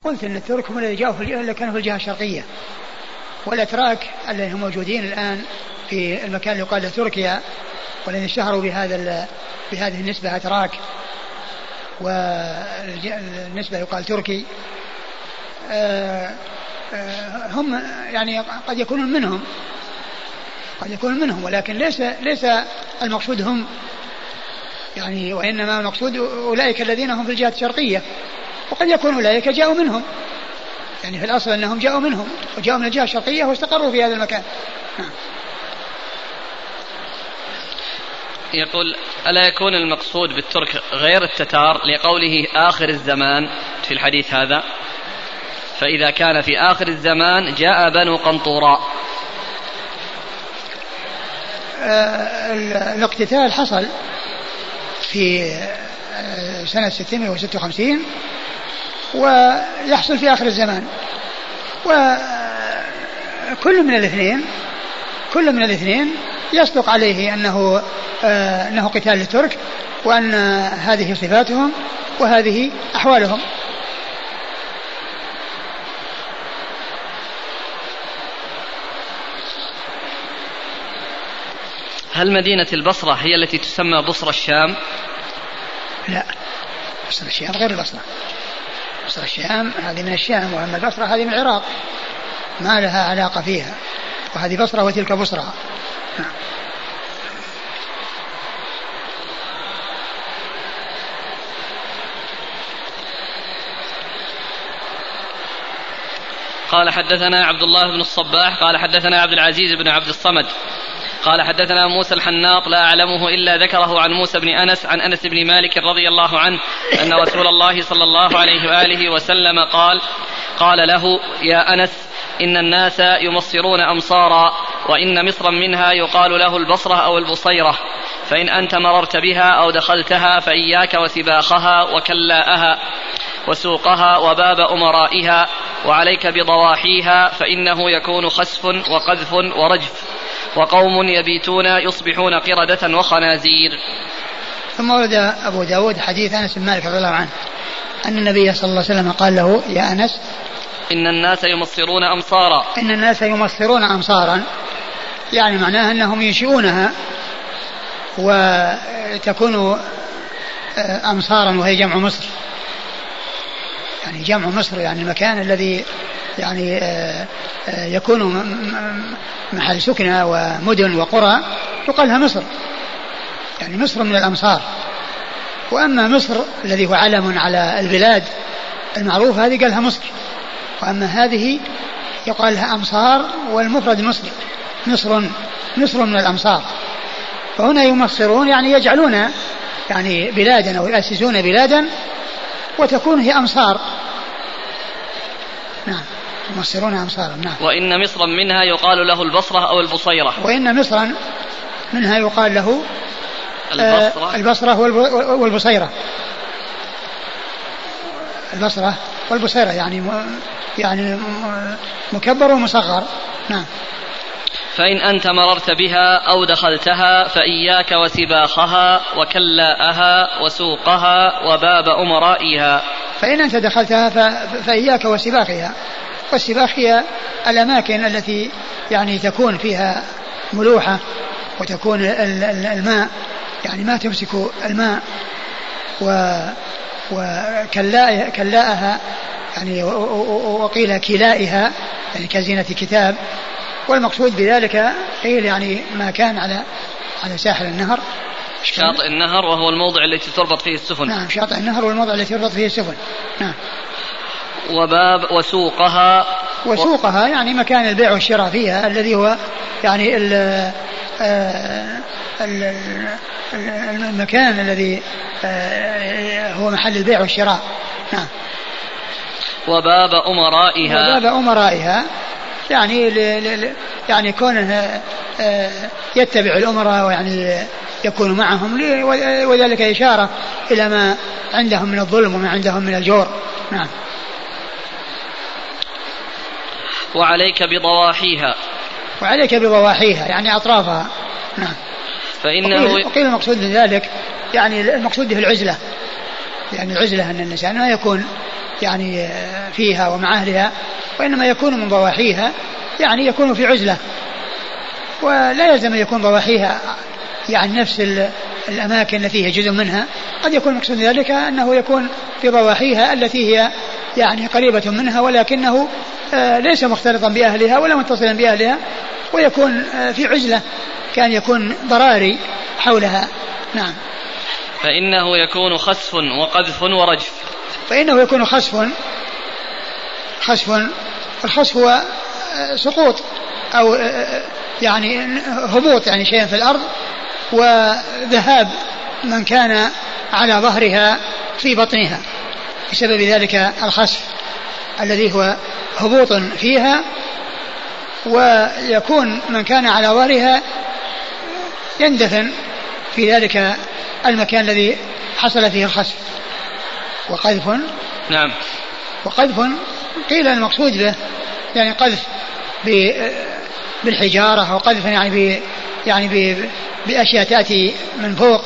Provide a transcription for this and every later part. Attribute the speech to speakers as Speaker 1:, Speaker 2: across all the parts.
Speaker 1: قلت أن الترك هم اللي كانوا في الجهة الشرقية، والأتراك الذين هم موجودين الآن في المكان اللي يقال له تركيا والذين اشتهروا بهذه النسبة أتراك، والنسبة يقال تركي، هم يعني قد يكونون منهم ولكن ليس المقصود هم يعني، وإنما المقصود أولئك الذين هم في الجهة الشرقية، وقد يكون أولئك جاءوا منهم، يعني في الأصل أنهم جاءوا منهم وجاءوا من الجهة الشرقية واستقروا في هذا المكان.
Speaker 2: يقول: ألا يكون المقصود بالترك غير التتار لقوله آخر الزمان في الحديث هذا؟ فإذا كان في آخر الزمان جاء بنو قنطوراء.
Speaker 1: الاقتتال حصل في سنة 656 ويحصل في آخر الزمان، وكل من الاثنين يصدق عليه أنه قتال للترك، وأن هذه صفاتهم وهذه أحوالهم.
Speaker 2: هل مدينة البصرة هي التي تسمى بصرة الشام؟
Speaker 1: لا، بصرة الشام غير البصرة. بصرة الشام هذه من الشام، وأما البصرة هذه من العراق، ما لها علاقة فيها، وهذه بصرة وتلك بصرة.
Speaker 2: قال: حدثنا عبد الله بن الصباح قال حدثنا عبد العزيز بن عبد الصمد قال حدثنا موسى الحناط لا أعلمه إلا ذكره عن موسى بن أنس عن أنس بن مالك رضي الله عنه أن رسول الله صلى الله عليه وآله وسلم قال له: يا أنس، إن الناس يمصرون أمصارا، وإن مصرا منها يقال له البصرة أو البصيرة، فإن أنت مررت بها أو دخلتها فإياك وسباخها وكلاءها وسوقها وباب أمرائها، وعليك بضواحيها، فإنه يكون خسف وقذف ورجف، وقوم يبيتون يصبحون قردة وخنازير.
Speaker 1: ثم ورد أبو داود حديث أنس بن مالك رضي الله عنه أن النبي صلى الله عليه وسلم قال له: يا أنس،
Speaker 2: إن الناس يمصرون أمصارا.
Speaker 1: إن الناس يمصرون أمصارا، يعني معناها أنهم ينشئونها وتكون أمصارا، وهي جمع مصر، يعني جمع مصر، يعني المكان الذي يعني يكون محل سكنة ومدن وقرى يقال لها مصر، يعني مصر من الأمصار. وأما مصر الذي هو علم على البلاد المعروفة هذه قالها مصر، وأما هذه يقال لها أمصار، والمفرد مصر، مصر من الأمصار. فهنا يمصرون يعني يجعلون يعني بلادا أو يأسسون بلادا وتكون هي أمصار. نعم، يمصرون أمصارا. نعم.
Speaker 2: وإن مصرا منها يقال له البصرة أو البصيرة.
Speaker 1: وإن مصرا منها يقال له البصرة والبصيرة. البصرة والبصيرة يعني مكبر ومصغر. نعم.
Speaker 2: فإن أنت مررت بها أو دخلتها فإياك وسباخها وكلاءها وسوقها وباب أمرائها.
Speaker 1: فإن أنت دخلتها فإياك وسباخها. والسباخ هي الأماكن التي يعني تكون فيها ملوحة وتكون الماء يعني ما تمسك الماء، وكلاءها يعني وقيل كلائها يعني كزينة كتاب. والمقصود بذلك قيل يعني ما كان على ساحل النهر،
Speaker 2: شاطئ النهر، وهو الموضع التي تربط فيه السفن.
Speaker 1: نعم، شاطئ النهر والموضع التي تربط فيه السفن. نعم.
Speaker 2: وباب وسوقها
Speaker 1: يعني مكان البيع والشراء فيها، الذي هو يعني المكان الذي هو محل البيع والشراء. نعم.
Speaker 2: وباب أمرائها
Speaker 1: يعني كونه يتبع الأمراء ويعني يكون معهم، وذلك إشارة إلى ما عندهم من الظلم وما عندهم من الجور. نعم.
Speaker 2: وعليك
Speaker 1: بضواحيها يعني أطرافها. نعم. وقيل المقصود من ذلك يعني المقصود به العزلة، يعني العزلة أن الإنسان ما يكون يعني فيها ومع أهلها، وإنما يكون من ضواحيها، يعني يكون في عزلة، ولا يلزم أن يكون ضواحيها يعني نفس الأماكن التي هي جزء منها. قد يكون مقصود ذلك أنه يكون في ضواحيها التي هي يعني قريبة منها، ولكنه ليس مختلطا بأهلها ولا متصلا بأهلها، ويكون في عزلة، كان يكون ضراري حولها. نعم.
Speaker 2: فإنه يكون خسف وقذف ورجف.
Speaker 1: فإنه يكون خسف. الخسف هو سقوط أو يعني هبوط يعني شيء في الأرض، وذهاب من كان على ظهرها في بطنها بسبب ذلك الخسف الذي هو هبوط فيها، ويكون من كان على ظهرها يندفن في ذلك المكان الذي حصل فيه الخسف. وقذف،
Speaker 2: نعم،
Speaker 1: وقذف قيل المقصود به يعني قذف بالحجارة، أو قذف يعني بأشياء تأتي من فوق.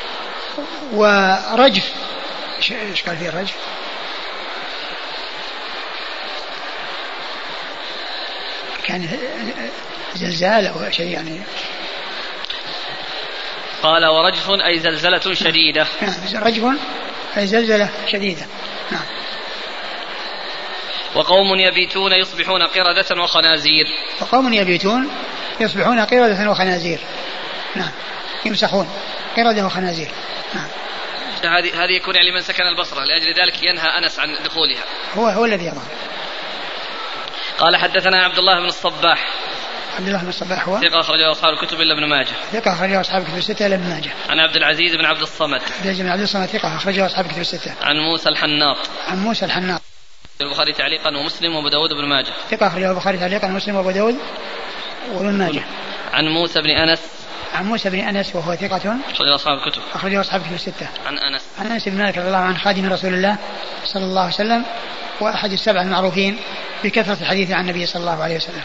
Speaker 1: ورجف، ايش قال فيه الرجف؟ كان زلزال أو شيء يعني.
Speaker 2: قال ورجف أي زلزلة شديدة.
Speaker 1: نعم، رجف أي زلزلة شديدة. نعم.
Speaker 2: وقوم يبيتون يصبحون قردة وخنازير.
Speaker 1: وقوم يبيتون يصبحون قردة وخنازير. نعم، يمسحون قردة وخنازير. نعم.
Speaker 2: هذه يكون يعني من سكن البصرة، لأجل ذلك ينهى أنس عن دخولها.
Speaker 1: هو الذي يظهر.
Speaker 2: قال حدثنا عبد الله بن الصباح.
Speaker 1: عبد الله بن الصباح هو
Speaker 2: ثقة أخرجه أصحاب الكتب إلا ابن ماجه.
Speaker 1: ثقة أخرجه أصحاب الكتب الستة إلا ابن ماجه.
Speaker 2: عن عبد العزيز بن عبد الصمد.
Speaker 1: عبد الصمد ثقة أخرجه أصحاب الكتب الستة.
Speaker 2: عن موسى الحناط.
Speaker 1: عن موسى الحناط.
Speaker 2: البخاري تعليقا ومسلم وابو داود بن ماجه.
Speaker 1: ثقة أخرجه البخاري تعليقا ومسلم وابو داود وابن ماجه.
Speaker 2: عن موسى بن أنس.
Speaker 1: عن موسى بن أنس وهو ثقة
Speaker 2: أخرجه أصحاب الكتب.
Speaker 1: أخرجه أصحاب الكتب الستة.
Speaker 2: عن
Speaker 1: أنس بن مالك رضي الله عنه خادم رسول الله صلى الله عليه وسلم، وأحد السبع المعروفين بكثرة الحديث عن النبي صلى الله عليه وسلم.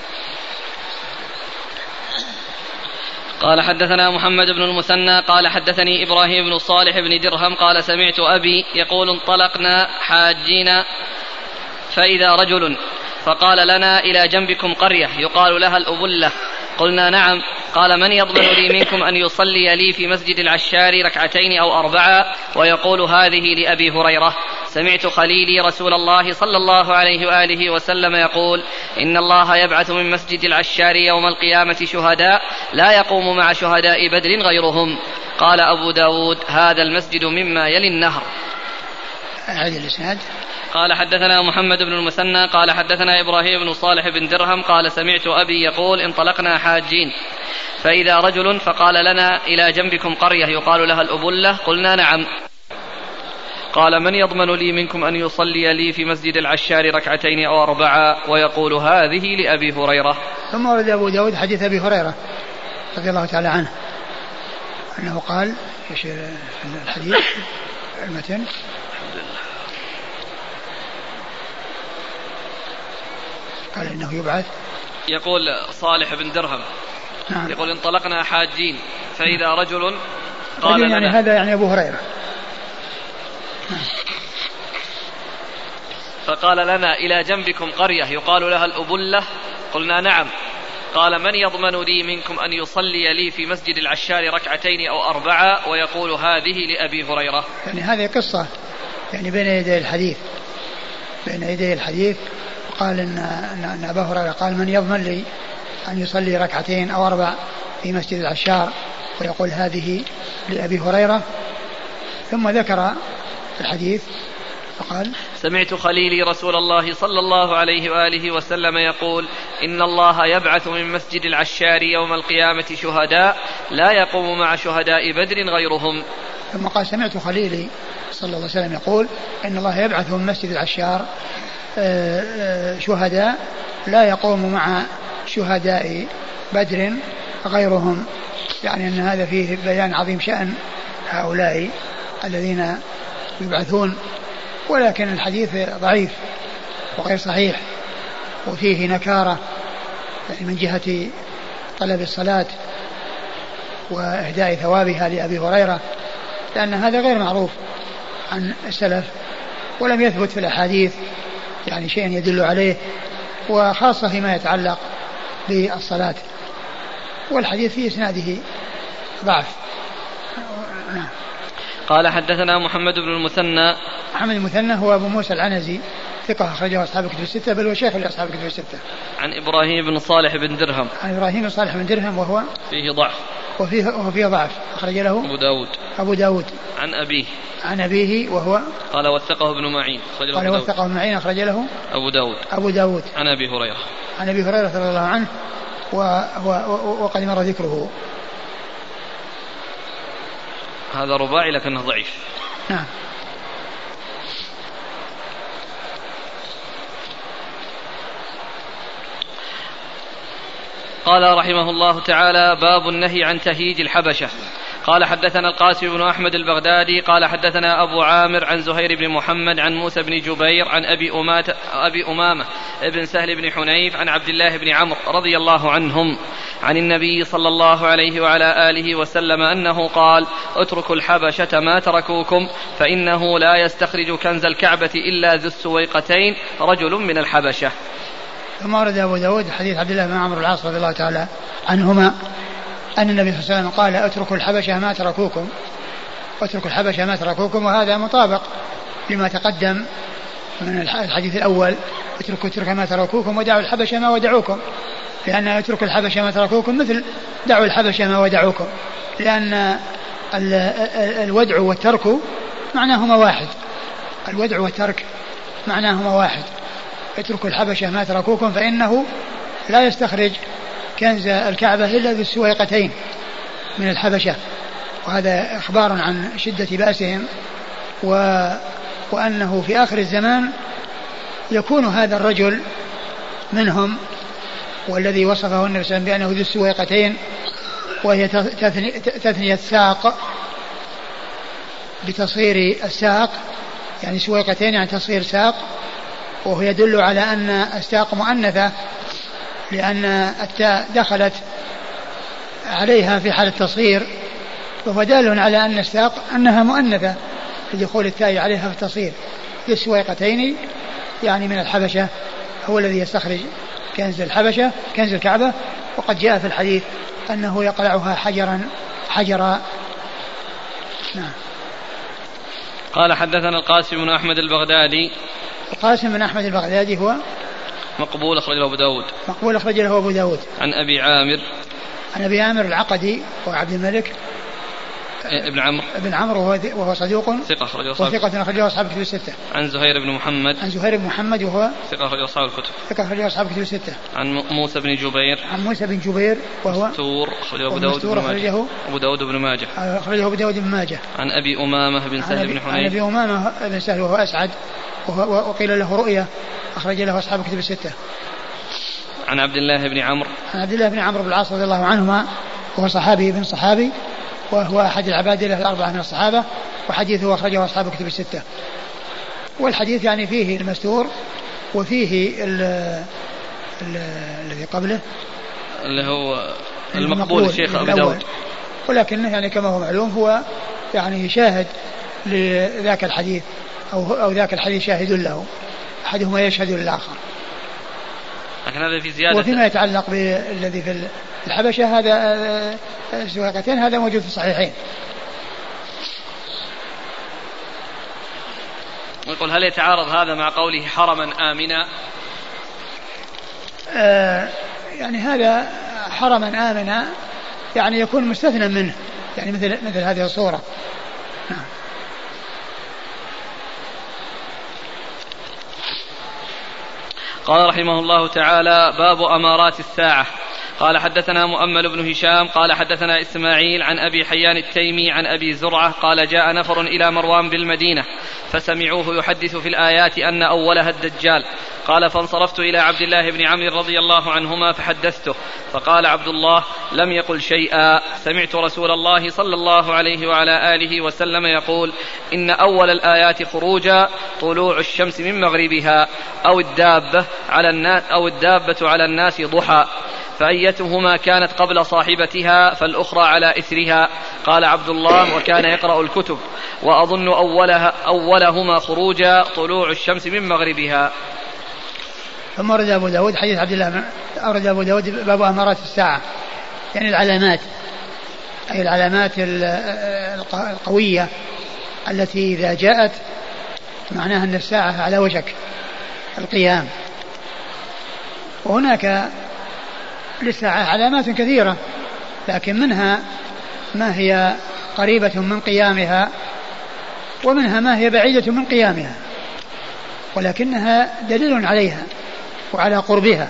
Speaker 2: قال حدثنا محمد بن المثنى قال حدثني إبراهيم بن صالح بن درهم قال سمعت أبي يقول انطلقنا حاجين فإذا رجل فقال لنا إلى جنبكم قرية يقال لها الأبلة، قلنا نعم، قال من يضمن لي منكم أن يصلي لي في مسجد العشار ركعتين أو 4 ويقول هذه لأبي هريرة، سمعت خليلي رسول الله صلى الله عليه وآله وسلم يقول إن الله يبعث من مسجد العشار يوم القيامة شهداء لا يقوم مع شهداء بدر غيرهم. قال أبو داود هذا المسجد مما يلي النهر.
Speaker 1: هذه الإسناد.
Speaker 2: قال حدثنا محمد بن المثنى قال حدثنا إبراهيم بن صالح بن درهم قال سمعت أبي يقول انطلقنا حاجين فإذا رجل فقال لنا إلى جنبكم قرية يقال لها الأبلة، قلنا نعم، قال من يضمن لي منكم أن يصلي لي في مسجد العشار ركعتين أو 4 ويقول هذه لأبي هريرة.
Speaker 1: ثم ورد أبو داود حديث أبي هريرة رضي الله تعالى عنه أنه قال ايش الحديث المتن؟ قال إنه يبعث،
Speaker 2: يقول صالح بن درهم
Speaker 1: نعم.
Speaker 2: يقول انطلقنا حاجين فإذا رجل قال
Speaker 1: يعني
Speaker 2: لنا
Speaker 1: هذا يعني أبو هريرة
Speaker 2: فقال لنا إلى جنبكم قرية يقال لها الأبلة، قلنا نعم، قال من يضمن لي منكم أن يصلي لي في مسجد العشار ركعتين أو 4 ويقول هذه لأبي هريرة.
Speaker 1: يعني هذه قصة يعني بين يدي الحديث قال إن أبا هريرة قال من يضمن لي أن يصلي ركعتين أو 4 في مسجد العشار ويقول هذه لأبي هريرة، ثم ذكر الحديث فقال
Speaker 2: سمعت خليلي رسول الله صلى الله عليه وآله وسلم يقول إن الله يبعث من مسجد العشار يوم القيامة شهداء لا يقوم مع شهداء بدر غيرهم.
Speaker 1: ثم قال سمعت خليلي صلى الله عليه وسلم يقول إن الله يبعث من مسجد العشار شهداء لا يقوم مع شهداء بدر غيرهم، يعني أن هذا فيه بيان عظيم شأن هؤلاء الذين يبعثون، ولكن الحديث ضعيف وغير صحيح وفيه نكارة يعني من جهة طلب الصلاة وإهداء ثوابها لأبي هريرة، لأن هذا غير معروف عن السلف ولم يثبت في الأحاديث يعني شيء يدل عليه، وخاصة فيما يتعلق بالصلاة، والحديث في إسناده ضعف.
Speaker 2: قال حدثنا محمد بن المثنى.
Speaker 1: محمد المثنى هو أبو موسى العنزي ثقة أخرجه أصحاب الكتب الستة، بل هو شيخ لأصحاب الكتب الستة.
Speaker 2: عن إبراهيم بن صالح بن درهم.
Speaker 1: عن إبراهيم بن صالح بن درهم وهو
Speaker 2: فيه ضعف.
Speaker 1: وفيه ضعف أخرج له أبو داود. عن أبيه وهو
Speaker 2: قال وثقه ابن معين.
Speaker 1: أخرج له أبو داود. عن أبي هريرة رضي الله عنه وقد مر ذكره.
Speaker 2: هذا رباعي لكنه ضعيف.
Speaker 1: نعم.
Speaker 2: قال رحمه الله تعالى: باب النهي عن تهييج الحبشة. قال حدثنا القاسم بن أحمد البغدادي قال حدثنا أبو عامر عن زهير بن محمد عن موسى بن جبير عن أبي أمامة ابن سهل بن حنيف عن عبد الله بن عمرو رضي الله عنهم عن النبي صلى الله عليه وعلى آله وسلم أنه قال: اتركوا الحبشة ما تركوكم فإنه لا يستخرج كنز الكعبة إلا ذو السويقتين رجل من الحبشة.
Speaker 1: ثم ورد أبو داود حديث عبد الله بن عمرو العاص رضي الله تعالى عنهما أن النبي صلى الله عليه وسلم قال: اتركوا الحبشة ما تركوكم، وهذا مطابق لما تقدم من الحديث الأول: اتركوا ما تركوكم ودعوا الحبشة ما ودعوكم، لأن اتركوا الحبشة ما تركوكم مثل دعوا الحبشة ما ودعوكم، لأن الودع والترك معناهما واحد. الودع والترك معناهما واحد. اتركوا الحبشة ما تركوكم فإنه لا يستخرج كنز الكعبة إلا ذو السويقتين من الحبشة، وهذا إخبار عن شدة بأسهم، وأنه في آخر الزمان يكون هذا الرجل منهم، والذي وصفه النبي صلى الله عليه وسلم بأنه ذو السويقتين، وهي تثنية ساق بتصغير الساق، يعني سويقتين يعني تصغير ساق، وهو يدل على أن الساق مؤنثة، لأن التاء دخلت عليها في حال التصغير، وهو دال على أن الساق أنها مؤنثة لدخول التاء عليها في التصغير. السويقتين يعني من الحبشة هو الذي يستخرج كنز الحبشة كنز الكعبة، وقد جاء في الحديث أنه يقلعها حجرا. نعم.
Speaker 2: قال حدثنا القاسم بن أحمد البغدادي.
Speaker 1: القاسم بن أحمد البغدادي هو
Speaker 2: مقبول أخرج له أبو داود. عن أبي عامر العقدي وعبد الملك ابن عمرو وهو صدوق ثقة أخرجه أصحاب الكتب الستة. عن زهير بن محمد وهو ثقة أخرجه أصحاب الكتب الستة. عن موسى بن جبير وهو مستور أخرجه أبو داود بن ماجه. عن أبي أمامة بن سهل بن حنيف.
Speaker 1: عن أبي أمامة بن سهل وهو أسعد وقيل له رؤية أخرج له أصحاب الكتب الستة.
Speaker 2: عن عبد الله بن عمرو بن العاص رضي الله عنهما وهو صحابي بن صحابي، وهو أحد العبادلة الأربعة من الصحابة، وحديثه أخرجه أصحاب الكتب الستة. والحديث يعني فيه المستور وفيه الذي قبله اللي هو المقبول الشيخ أبي داود،
Speaker 1: ولكنه يعني كما هو معلوم هو يعني شاهد لذاك الحديث أو ذاك الحديث شاهد له، أحدهما يشهد للآخر.
Speaker 2: لكن هذا في زيادة.
Speaker 1: وفيما يتعلق بالذي في الحبشة هذا السواقتين هذا موجود في الصحيحين.
Speaker 2: يقول: هل يتعارض هذا مع قوله حرما آمنا؟
Speaker 1: يعني هذا حرما آمنا يعني يكون مستثنى منه، يعني مثل هذه الصورة. نعم.
Speaker 2: قال رحمه الله تعالى: باب أمارات الساعة. قال حدثنا مؤمل بن هشام قال حدثنا إسماعيل عن أبي حيان التيمي عن أبي زرعة قال: جاء نفر إلى مروان بالمدينة فسمعوه يحدث في الآيات أن أولها الدجال. قال: فانصرفت إلى عبد الله بن عمرو رضي الله عنهما فحدثته، فقال عبد الله: لم يقل شيئا، سمعت رسول الله صلى الله عليه وعلى آله وسلم يقول: إن أول الآيات خروجا طلوع الشمس من مغربها أو الدابة على الناس ضحى. فأيتهما كانت قبل صاحبتها فالأخرى على إثرها. قال عبد الله: وكان يقرأ الكتب، وأظن أولهما خروجا طلوع الشمس من مغربها.
Speaker 1: ثم أورد أبو داود حديث عبد الله، أورد أبو داود باب أمارات الساعة، يعني العلامات، أي العلامات القوية التي إذا جاءت معناها أن الساعة على وشك القيام. وهناك للساعة علامات كثيرة، لكن منها ما هي قريبة من قيامها، ومنها ما هي بعيدة من قيامها، ولكنها دليل عليها وعلى قربها.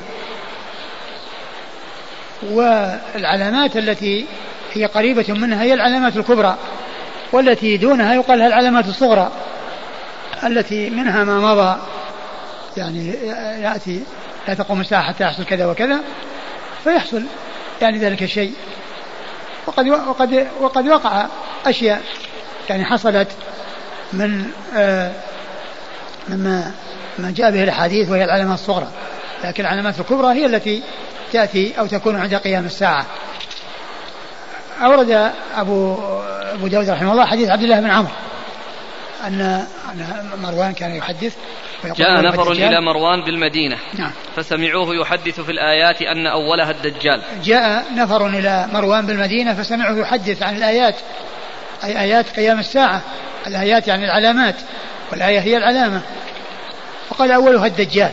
Speaker 1: والعلامات التي هي قريبة منها هي العلامات الكبرى، والتي دونها يقال لها العلامات الصغرى، التي منها ما مضى، يعني يأتي لا تقوم الساعة حتى يحصل كذا وكذا، فيحصل يعني ذلك الشيء. وقد وقع أشياء يعني حصلت من مما ما جاء به الحديث، وهي العلامات الصغرى، لكن العلامات الكبرى هي التي تأتي أو تكون عند قيام الساعة. أورد أبو داود رحمه الله حديث عبد الله بن عمرو أن مروان كان يحدث،
Speaker 2: جاء نفر إلى مروان بالمدينة،
Speaker 1: نعم،
Speaker 2: فسمعوه يحدث في الآيات أن أولها الدجال.
Speaker 1: جاء نفر إلى مروان بالمدينة فسمعوه يحدث عن الآيات، أي آيات قيام الساعة. الآيات يعني العلامات، والآية هي العلامة. فقال أولها الدجال.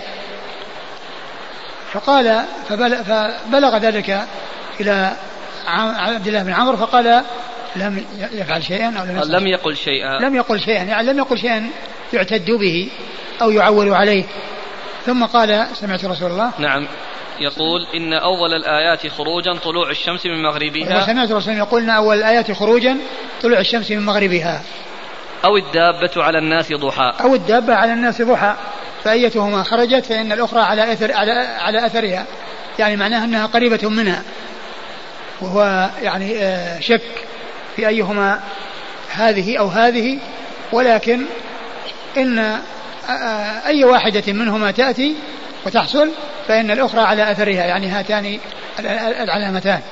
Speaker 1: فبلغ ذلك إلى عبد الله بن عمرو فقال: لم يفعل شيئا أو
Speaker 2: لم يقل شيئا،
Speaker 1: لم يقل شيئا، يعني لم يقل شيئا يعتد به أو يعول عليه. ثم قال: سمعت رسول الله
Speaker 2: نعم يقول: إن أول الآيات خروجا طلوع الشمس من مغربها.
Speaker 1: وسمعت رسول الله يقول: إن أول الآيات خروجا طلوع الشمس من مغربها.
Speaker 2: أو الدابة على الناس ضحى،
Speaker 1: أو الدابة على الناس ضحى، فأيتهما خرجت فإن الأخرى على أثرها، يعني معناها أنها قريبة منها. وهو يعني شك في أيهما هذه أو هذه، ولكن إن أي واحدة منهما تأتي وتحصل فإن الأخرى على أثرها، يعني هاتان العلامتان.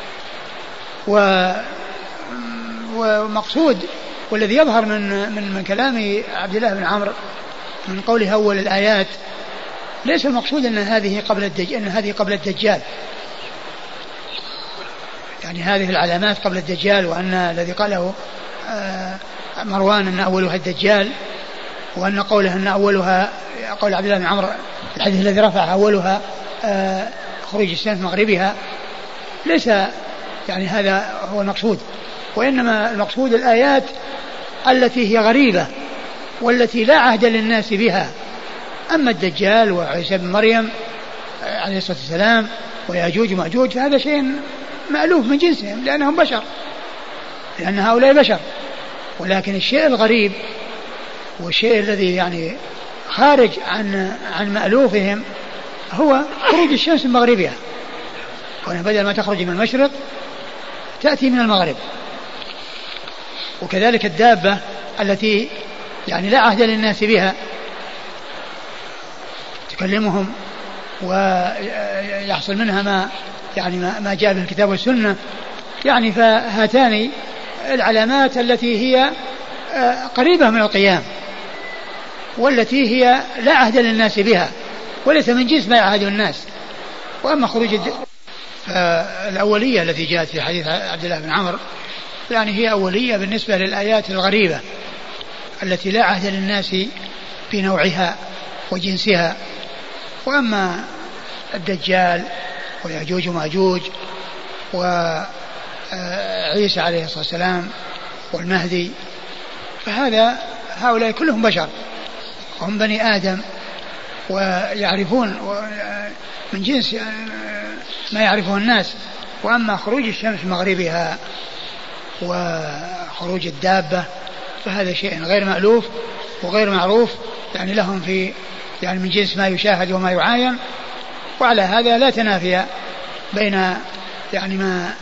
Speaker 1: ومقصود والذي يظهر من كلام عبد الله بن عمرو من قوله أول الآيات، ليس المقصود أن هذه قبل الدجال، يعني هذه العلامات قبل الدجال، وأن الذي قاله مروان أن أولها الدجال، وأن قوله أن أولها قول عبد الله بن عمرو الحديث الذي رفع أولها خروج الشمس مغربها، ليس يعني هذا هو المقصود، وإنما المقصود الآيات التي هي غريبة والتي لا عهد للناس بها. أما الدجال وعيسى بن مريم عليه الصلاة والسلام ويأجوج ومأجوج فهذا شيء مألوف من جنسهم، لأنهم بشر، لأن هؤلاء بشر. ولكن الشيء الغريب والشيء الذي يعني خارج عن مألوفهم هو خروج الشمس من مغربها، وأن بدل ما تخرج من المشرق تأتي من المغرب. وكذلك الدابة التي يعني لا عهد للناس بها تكلمهم ويحصل منها ما جاء في الكتاب والسنة، يعني فهاتان العلامات التي هي قريبة من القيام، والتي هي لا عهد للناس بها وليس من جنس ما يعهد الناس. وأما خروج الأولية التي جاءت في حديث عبد الله بن عمرو يعني هي أولية بالنسبة للآيات الغريبة التي لا عهد للناس في نوعها وجنسها. وأما الدجال ويأجوج ومأجوج وعيسى عليه الصلاة والسلام والمهدي هؤلاء كلهم بشر وهم بني آدم ويعرفون من جنس ما يعرفه الناس. وأما خروج الشمس مغربها وخروج الدابة فهذا شيء غير مألوف وغير معروف، يعني لهم في يعني من جنس ما يشاهد وما يعاين. وعلى هذا لا تنافي بين يعني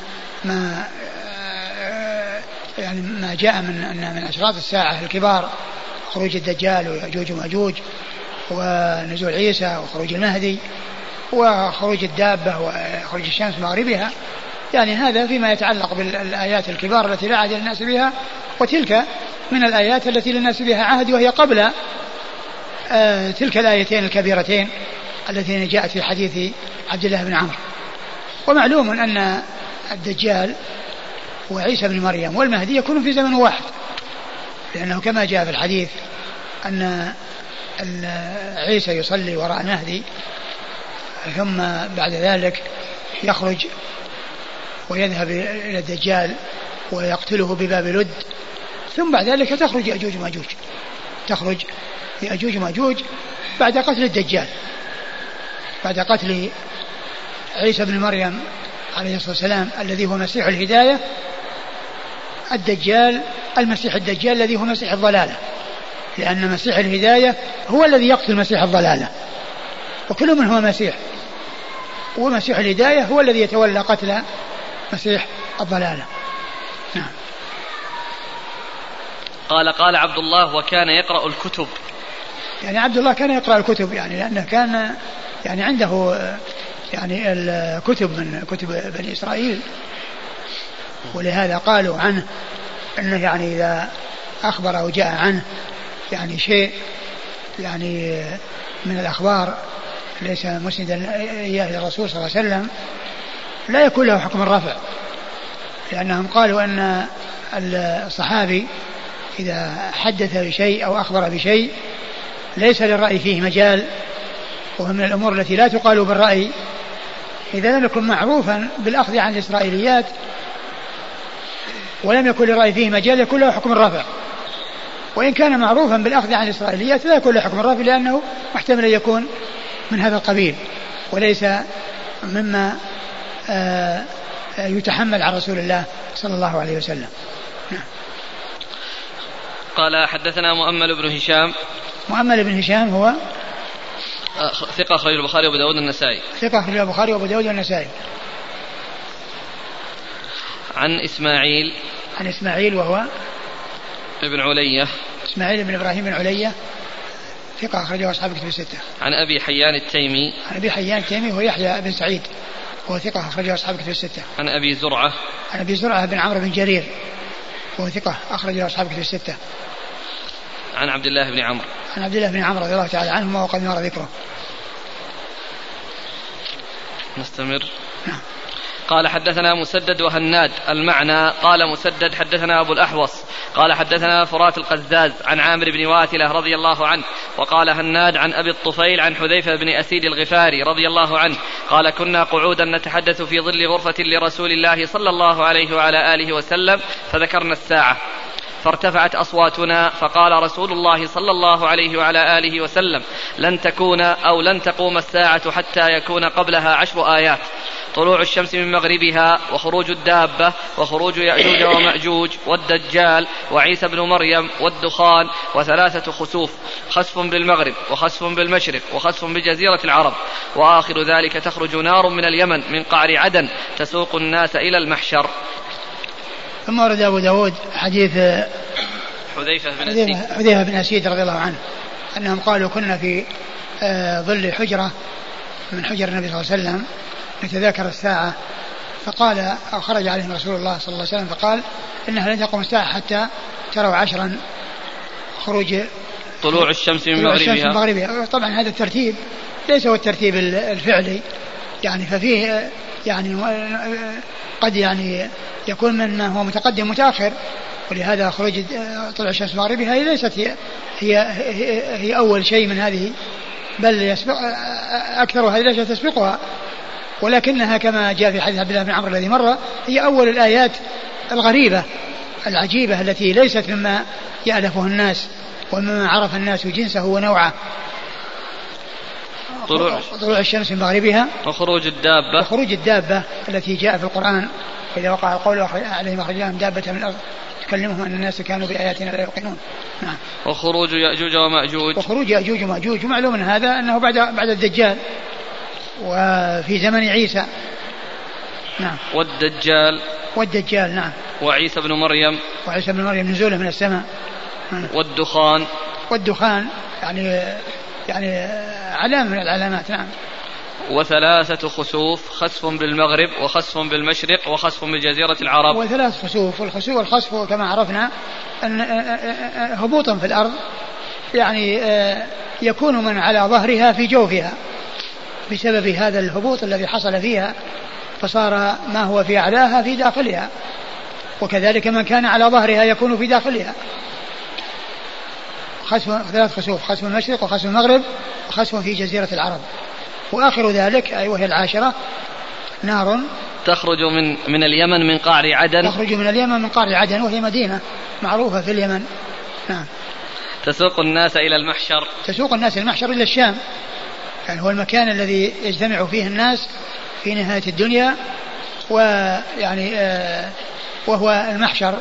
Speaker 1: ما جاء من أشراط الساعة الكبار، خروج الدجال ويأجوج ومأجوج ونزول عيسى وخروج المهدي، وخروج الدابة وخروج الشمس مغربها، يعني هذا فيما يتعلق بالآيات الكبار التي لا عهد للناس بها، وتلك من الآيات التي للناس بها عهد وهي قبل تلك الآيتين الكبيرتين التي جاءت في حديث عبد الله بن عمرو. ومعلوم أن الدجال وعيسى بن مريم والمهدي يكونون في زمن واحد، لأنه كما جاء في الحديث أن عيسى يصلي وراء المهدي، ثم بعد ذلك يخرج ويذهب إلى الدجال ويقتله بباب لد، ثم بعد ذلك تخرج يأجوج ومأجوج، تخرج يأجوج ومأجوج بعد قتل الدجال، بعد قتل عيسى بن مريم عليه الصلاة والسلام الذي هو مسيح الهداية. الدجال المسيح الدجال الذي هو مسيح الضلالة، لأن مسيح الهداية هو الذي يقتل مسيح الضلالة، وكل من هو مسيح، ومسيح الهداية هو الذي يتولى قتل مسيح الضلالة. نعم.
Speaker 2: قال عبد الله وكان يقرأ الكتب،
Speaker 1: يعني عبد الله كان يقرأ الكتب، يعني لأنه كان يعني عنده يعني الكتب من كتب بني إسرائيل، ولهذا قالوا عنه أنه يعني إذا أخبر أو جاء عنه يعني شيء يعني من الأخبار ليس مسندا إياه إلى الرسول صلى الله عليه وسلم لا يكون له حكم الرفع، لأنهم قالوا أن الصحابي إذا حدث بشيء أو أخبر بشيء ليس للرأي فيه مجال، وهو من الأمور التي لا تقال بالرأي، إذا لم يكن معروفا بالأخذ عن الإسرائيليات ولم يكن للرأي فيه مجال يكون له حكم الرفع، وإن كان معروفا بالأخذ عن الإسرائيليات لا يكون له حكم الرفع، لأنه محتمل يكون من هذا القبيل وليس مما يتحمل عن رسول الله صلى الله عليه وسلم.
Speaker 2: قال حدثنا مؤمل بن هشام.
Speaker 1: مؤمل بن هشام هو
Speaker 2: ثقة أخرجه البخاري وأبو داود والنسائي.
Speaker 1: ثقة أخرجه البخاري وأبو داود والنسائي.
Speaker 2: عن إسماعيل.
Speaker 1: عن إسماعيل وهو
Speaker 2: ابن علية.
Speaker 1: إسماعيل بن إبراهيم بن علية ثقة أخرجه أصحاب كتب الستة.
Speaker 2: عن أبي حيان التيمي.
Speaker 1: عن أبي حيان التيمي هو يحيى بن سعيد وهو ثقة أخرجه أصحاب كتب الستة.
Speaker 2: عن أبي زرعة.
Speaker 1: عن أبي زرعة بن عمرو بن جرير وهو ثقة أخرجه أصحاب كتب الستة.
Speaker 2: عن عبد الله بن عمرو.
Speaker 1: عن عبد الله بن عمرو رضي الله تعالى عنهما وقد مر ذكره.
Speaker 2: نستمر.
Speaker 1: نعم.
Speaker 2: قال حدثنا مسدد وهناد المعنى قال مسدد حدثنا أبو الأحوص قال حدثنا فرات القزاز عن عامر بن واتلة رضي الله عنه، وقال هناد عن أبي الطفيل عن حذيفة بن أسيد الغفاري رضي الله عنه قال كنا قعودا نتحدث في ظل غرفة لرسول الله صلى الله عليه وعلى آله وسلم فذكرنا الساعة فارتفعت أصواتنا فقال رسول الله صلى الله عليه وعلى آله وسلم لن تكون أو لن تقوم الساعة حتى يكون قبلها 10 آيات: طلوع الشمس من مغربها، وخروج الدابة، وخروج يأجوج ومأجوج، والدجال، وعيسى بن مريم، والدخان، و3 خسوف: خسف بالمغرب، وخسف بالمشرق، وخسف بجزيرة العرب، وآخر ذلك تخرج نار من اليمن من قعر عدن تسوق الناس إلى المحشر.
Speaker 1: ثم ورد أبو داود حديث حذيفة بن أسيد رضي الله عنه أنهم قالوا كنا في ظل حجرة من حجر النبي صلى الله عليه وسلم نتذاكر الساعة، فقال أو خرج عليهم رسول الله صلى الله عليه وسلم فقال إنها لن تقوم الساعة حتى تروا 10 خروج
Speaker 2: طلوع الشمس من مغربها.
Speaker 1: طبعا هذا الترتيب ليس هو الترتيب الفعلي، يعني ففيه يعني قد يعني يكون من هو متقدم متأخر، ولهذا خروج طلوع الشمس مغربها هي ليست هي أول شيء من هذه، بل يسبق أكثرها ليست تسبقها، ولكنها كما جاء في حديث عبد الله بن عمرو الذي مر هي أول الآيات الغريبة العجيبة التي ليست مما يألفه الناس ومما عرف الناس جنسه ونوعه. طلوع الشمس من مغربها، وخروج الدابة التي جاء في القرآن: إذا وقع القول عليهم أخرجناهم دابة من الأرض تكلمهم أن الناس كانوا بآياتنا لا يوقنون. نعم.
Speaker 2: وخروج يأجوج ومأجوج.
Speaker 1: ومعلوم من هذا أنه بعد الدجال وفي زمن عيسى. نعم. والدجال نعم.
Speaker 2: وعيسى بن مريم
Speaker 1: نزوله من السماء.
Speaker 2: والدخان
Speaker 1: يعني علامة من العلامات. نعم.
Speaker 2: وثلاثة خسوف، خسف بالمغرب وخسف بالمشرق وخسف بجزيرة العرب.
Speaker 1: وثلاث خسوف، والخسف كما عرفنا أن هبوطا في الأرض، يعني يكون من على ظهرها في جوفها بسبب هذا الهبوط الذي حصل فيها، فصار ما هو في أعلاها في داخلها، وكذلك من كان على ظهرها يكون في داخلها. ثلاث خسوف، خسف المشرق وخسف المغرب وخسف في جزيرة العرب. وآخر ذلك أي وهي العاشرة نار
Speaker 2: تخرج من اليمن من قعر عدن.
Speaker 1: تخرج من اليمن من قعر عدن، وهي مدينة معروفة في اليمن. نعم.
Speaker 2: تسوق الناس إلى المحشر.
Speaker 1: تسوق الناس المحشر إلى الشام، يعني هو المكان الذي يجتمع فيه الناس في نهاية الدنيا، ويعني وهو المحشر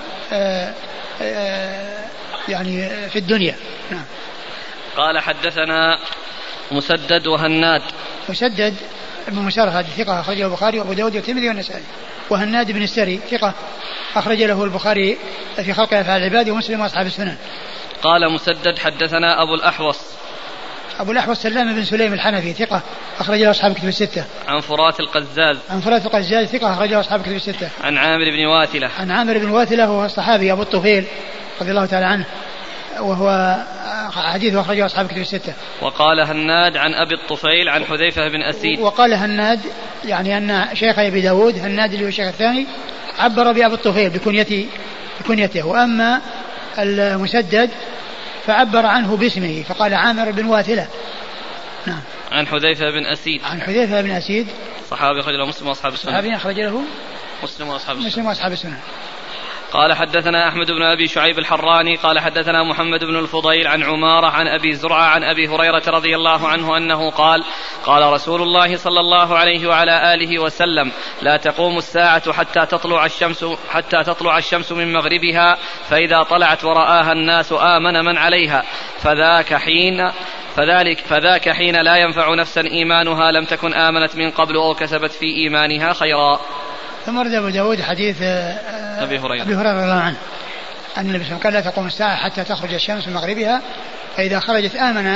Speaker 1: يعني في الدنيا. نعم.
Speaker 2: قال حدثنا مسدد وهناد.
Speaker 1: مسدد بن مسرهد ثقة أخرجه البخاري وأبو داود والترمذي والنسائي. وهناد بن السري ثقة أخرج له البخاري في خلق أفعال العباد ومسلم وأصحاب السنن.
Speaker 2: قال مسدد حدثنا أبو الأحوص.
Speaker 1: أبو الأحوص سلام بن سليم الحنفي ثقة أخرج له أصحاب كتب الستة.
Speaker 2: عن فرات القزاز.
Speaker 1: عن فرات القزاز ثقة أخرج له أصحاب كتب الستة.
Speaker 2: عن عامر بن واثلة.
Speaker 1: عن عامر بن واثلة وهو الصحابي أبو الطفيل رضي الله تعالى عنه، وهو حديثه أخرجه أصحاب كتب الستة.
Speaker 2: وقال هناد عن أبي الطفيل عن حذيفة بن أسيد.
Speaker 1: وقال هناد يعني أن شيخ أبي داود هناد اللي هو الشيخ الثاني عبر بأبي الطفيل بكنيته، وأما المسدد فعبر عنه باسمه فقال عامر بن واثلة. نعم.
Speaker 2: عن حذيفة بن أسيد.
Speaker 1: عن حذيفة بن أسيد
Speaker 2: صحابي أخرج له مسلم وأصحاب السنن.
Speaker 1: صحابي أخرج له
Speaker 2: مسلم وأصحاب
Speaker 1: السنن.
Speaker 2: قال حدثنا أحمد بن أبي شعيب الحراني قال حدثنا محمد بن الفضيل عن عمارة عن أبي زرعة عن أبي هريرة رضي الله عنه أنه قال قال رسول الله صلى الله عليه وعلى آله وسلم لا تقوم الساعة حتى تطلع الشمس من مغربها، فإذا طلعت ورآها الناس آمن من عليها، فذاك حين لا ينفع نفسا إيمانها لم تكن آمنت من قبل أو كسبت في إيمانها خيرا.
Speaker 1: ثم رد أبو داود حديث
Speaker 2: أبي هريرة
Speaker 1: رضي الله عنه أن النبي صلى الله عليه وسلم قال لا تقوم الساعة حتى تخرج الشمس من مغربها، فإذا خرجت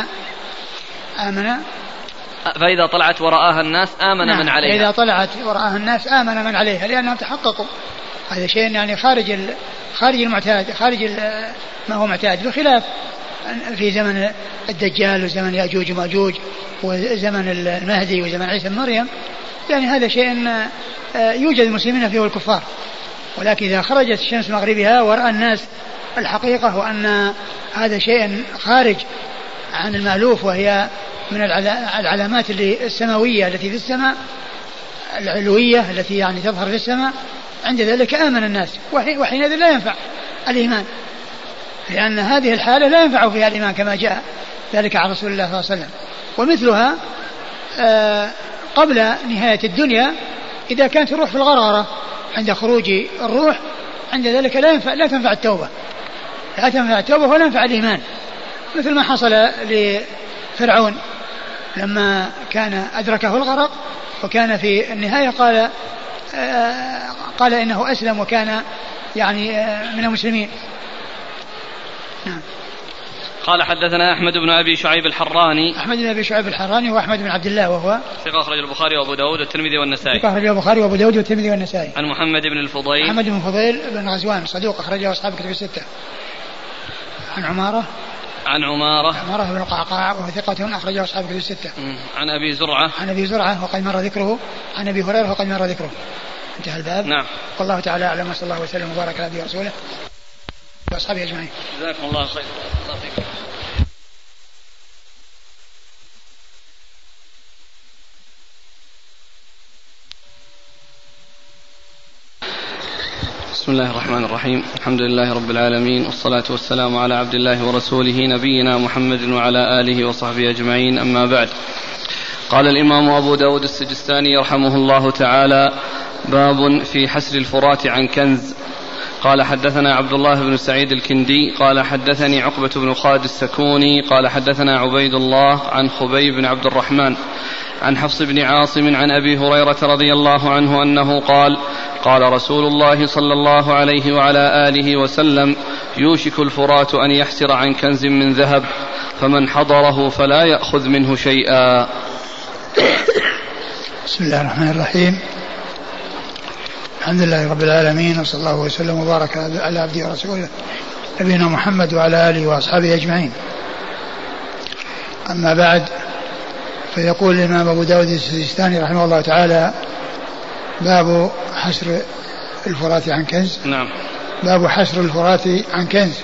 Speaker 2: فإذا طلعت ورآها الناس آمن من عليها.
Speaker 1: فإذا طلعت ورآها الناس آمن من عليها، لأنهم تحققوا هذا شيء يعني خارج المعتاد، خارج ما هو معتاد، بخلاف في زمن الدجال وزمن يأجوج ومأجوج وزمن المهدي وزمن عيسى بن مريم، يعني هذا شيء يوجد المسلمين فيه والكفار. ولكن إذا خرجت الشمس مغربها ورأى الناس الحقيقة وأن هذا شيء خارج عن المألوف، وهي من العلامات السماوية التي في السماء العلوية التي يعني تظهر في السماء، عند ذلك آمن الناس، وحينئذ لا ينفع الإيمان، لأن هذه الحالة لا ينفع فيها الإيمان كما جاء ذلك عن رسول الله صلى الله عليه وسلم. ومثلها قبل نهاية الدنيا إذا كانت الروح في الغرغرة عند خروج الروح، عند ذلك لا تنفع التوبة ولا ينفع الإيمان، مثل ما حصل لفرعون لما كان أدركه الغرق وكان في النهاية قال إنه أسلم وكان يعني من المسلمين. نعم.
Speaker 2: قال حدثنا أحمد بن أبي شعيب الحراني.
Speaker 1: أحمد بن أبي شعيب الحراني هو أحمد بن عبد الله وهو
Speaker 2: ثقة أخرج البخاري وأبو داود والترمذي والنسائي.
Speaker 1: ثقة أخرج البخاري وأبو داود والترمذي والنسائي.
Speaker 2: عن محمد بن الفضيل.
Speaker 1: محمد بن الفضيل بن غزوان صدوق أخرجه أصحاب كتب الستة. عن عمارة بن القعقاع وهو ثقة أخرجه أصحاب كتب الستة.
Speaker 2: عن أبي زرعة
Speaker 1: وقد مر ذكره. عن أبي هريرة وقد مر ذكره. انتهى الباب.
Speaker 2: نعم.
Speaker 1: والله تعالى أعلم، صلى الله وسلم وبارك على نبينا ورسوله وأصحابه أجمعين.
Speaker 2: جزاكم الله خير. بسم الله الرحمن الرحيم. الحمد لله رب العالمين، والصلاة والسلام على عبد الله ورسوله نبينا محمد وعلى آله وصحبه أجمعين، أما بعد. قال الإمام أبو داود السجستاني رحمه الله تعالى: باب في حسر الفرات عن كنز. قال حدثنا عبد الله بن سعيد الكندي قال حدثني عقبة بن خالد السكوني قال حدثنا عبيد الله عن خبيب بن عبد الرحمن عن حفص بن عاصم عن أبي هريرة رضي الله عنه أنه قال: قال رسول الله صلى الله عليه وعلى آله وسلم: يوشك الفرات أن يحسر عن كنز من ذهب، فمن حضره فلا يأخذ منه شيئا.
Speaker 1: بسم الله الرحمن الرحيم. الحمد لله رب العالمين، وصلى الله وسلم وبارك على عبده ورسوله نبينا محمد وعلى آله وأصحابه أجمعين. أما بعد، فيقول الإمام أبو داود السجستاني رحمه الله تعالى: باب حسر الفرات عن كنز.
Speaker 2: نعم.
Speaker 1: باب حسر الفرات عن كنز.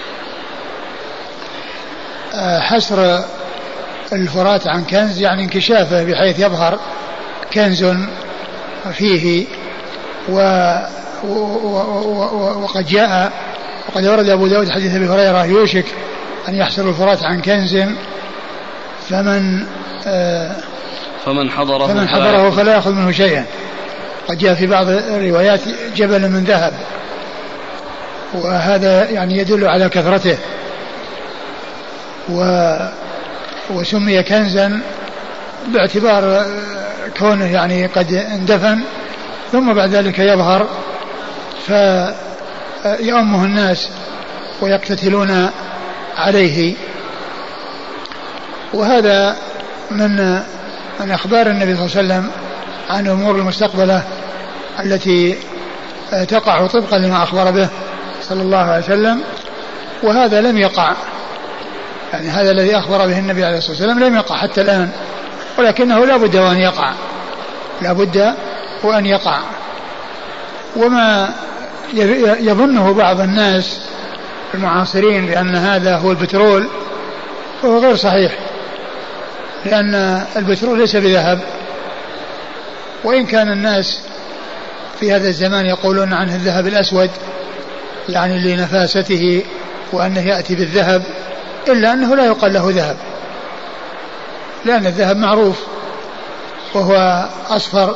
Speaker 1: حسر الفرات عن كنز يعني انكشافه بحيث يظهر كنز فيه. وقد جاء وقد ورد أبو داود حديث أبي هريرة: يوشك أن يحسر الفرات عن كنز فمن حضره فلا يأخذ منه شيئا. قد جاء في بعض الروايات جبل من ذهب، وهذا يعني يدل على كثرته، وسمي كنزا باعتبار كونه يعني قد اندفن ثم بعد ذلك يظهر فيأمه الناس ويقتتلون عليه. وهذا من أخبار النبي صلى الله عليه وسلم عن الأمور المستقبلة التي تقع طبقا لما أخبر به صلى الله عليه وسلم. وهذا لم يقع، يعني هذا الذي أخبر به النبي عليه الصلاة والسلام لم يقع حتى الآن، ولكنه لا بد وأن يقع، لا بد وأن يقع. وما يظنه بعض الناس المعاصرين بأن هذا هو البترول فهو غير صحيح، لأن البترول ليس بذهب، وإن كان الناس في هذا الزمان يقولون عنه الذهب الأسود يعني لنفاسته وأنه يأتي بالذهب، إلا أنه لا يقال له ذهب، لأن الذهب معروف وهو أصفر،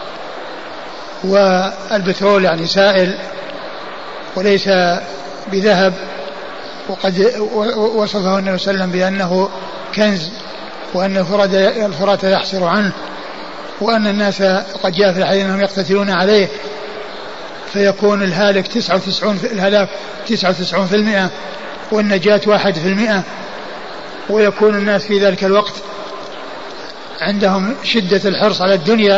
Speaker 1: والبترول يعني سائل وليس بذهب. وقد وصفه النبي صلى الله عليه وسلم بأنه كنز، وأن الفرات يحصر عنه، وأن الناس قد جاء في الحديث أنهم يقتتلون عليه، فيكون الهالك 99% والنجاة 1%، ويكون الناس في ذلك الوقت عندهم شدة الحرص على الدنيا،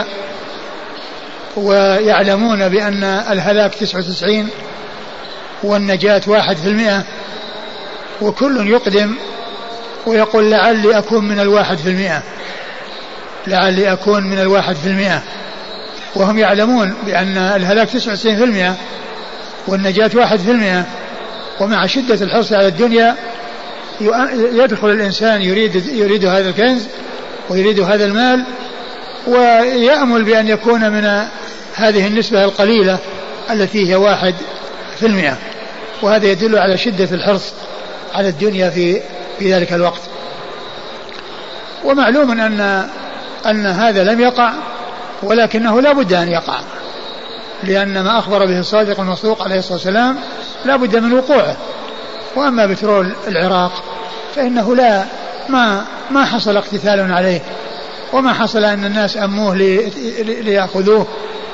Speaker 1: ويعلمون بأن الهلاك 99 والنجاة 1%، وكل يقدم ويقول لعلي أكون من 1%، لعلي أكون من 1%، وهم يعلمون بأن الهلاك 99% والنجاة 1%. ومع شدة الحرص على الدنيا يدخل الإنسان يريد هذا الكنز ويريد هذا المال، ويأمل بأن يكون من هذه النسبة القليلة التي هي 1%، وهذا يدل على شدة الحرص على الدنيا في ذلك الوقت. ومعلوم أن هذا لم يقع، ولكنه لا بد أن يقع، لأن ما أخبر به الصادق المصدوق عليه الصلاة والسلام لا بد من وقوعه. وأما بترول العراق فإنه ما حصل اقتتال عليه، وما حصل أن الناس أموه ليأخذوه،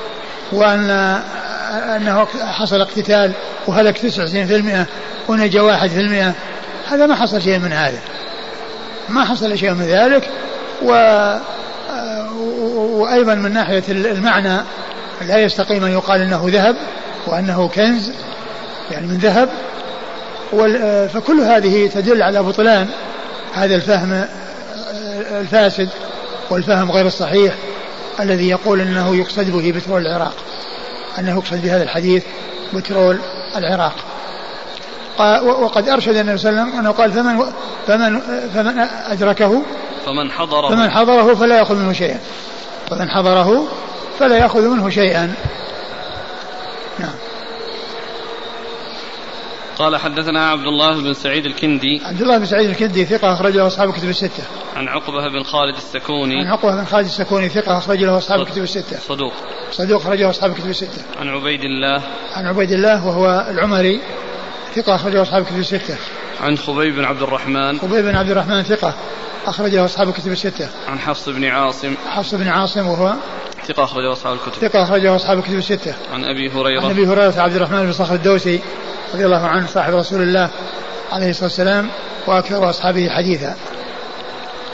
Speaker 1: وأنه حصل اقتتال وهلك 99% ونجى 1%. هذا ما حصل شيء من هذا، ما حصل شيء من ذلك. وأيضا من ناحية المعنى لا يستقيم أن يقال أنه ذهب وأنه كنز يعني من ذهب. فكل هذه تدل على بطلان هذا الفهم الفاسد والفهم غير الصحيح الذي يقول أنه يقصد به بترول العراق، أنه يقصد بهذا الحديث بترول العراق. وقد أرشد النبي صلى الله عليه وسلم أنه قال فمن أدركه فمن حضره فلا يأخذ منه شيئا، فمن حضره فلا يأخذ منه شيئا. نعم.
Speaker 2: قال حدثنا عبد الله بن سعيد الكندي.
Speaker 1: عبد الله بن سعيد الكندي ثقة أخرج له أصحاب الكتب الستة.
Speaker 2: عن عقبة بن خالد السكوني.
Speaker 1: عن عقبة بن خالد السكوني ثقة أخرج له أصحاب الكتب الستة. صدوق أخرج له أصحاب الكتب الستة.
Speaker 2: عن عبيد الله
Speaker 1: وهو العمري ثقة أخرج له أصحاب الكتب الستة.
Speaker 2: عن خبيب بن عبد الرحمن ثقة أخرج له أصحاب الكتب الستة. عن حفص بن عاصم وهو
Speaker 1: ثقة أخرج له أصحاب الكتب الستة.
Speaker 2: عن أبي
Speaker 1: هريرة عبد الرحمن بن صخر الدوسي رضي الله عنه صاحب رسول الله عليه الصلاة والسلام وأكثر أصحابه حديثا.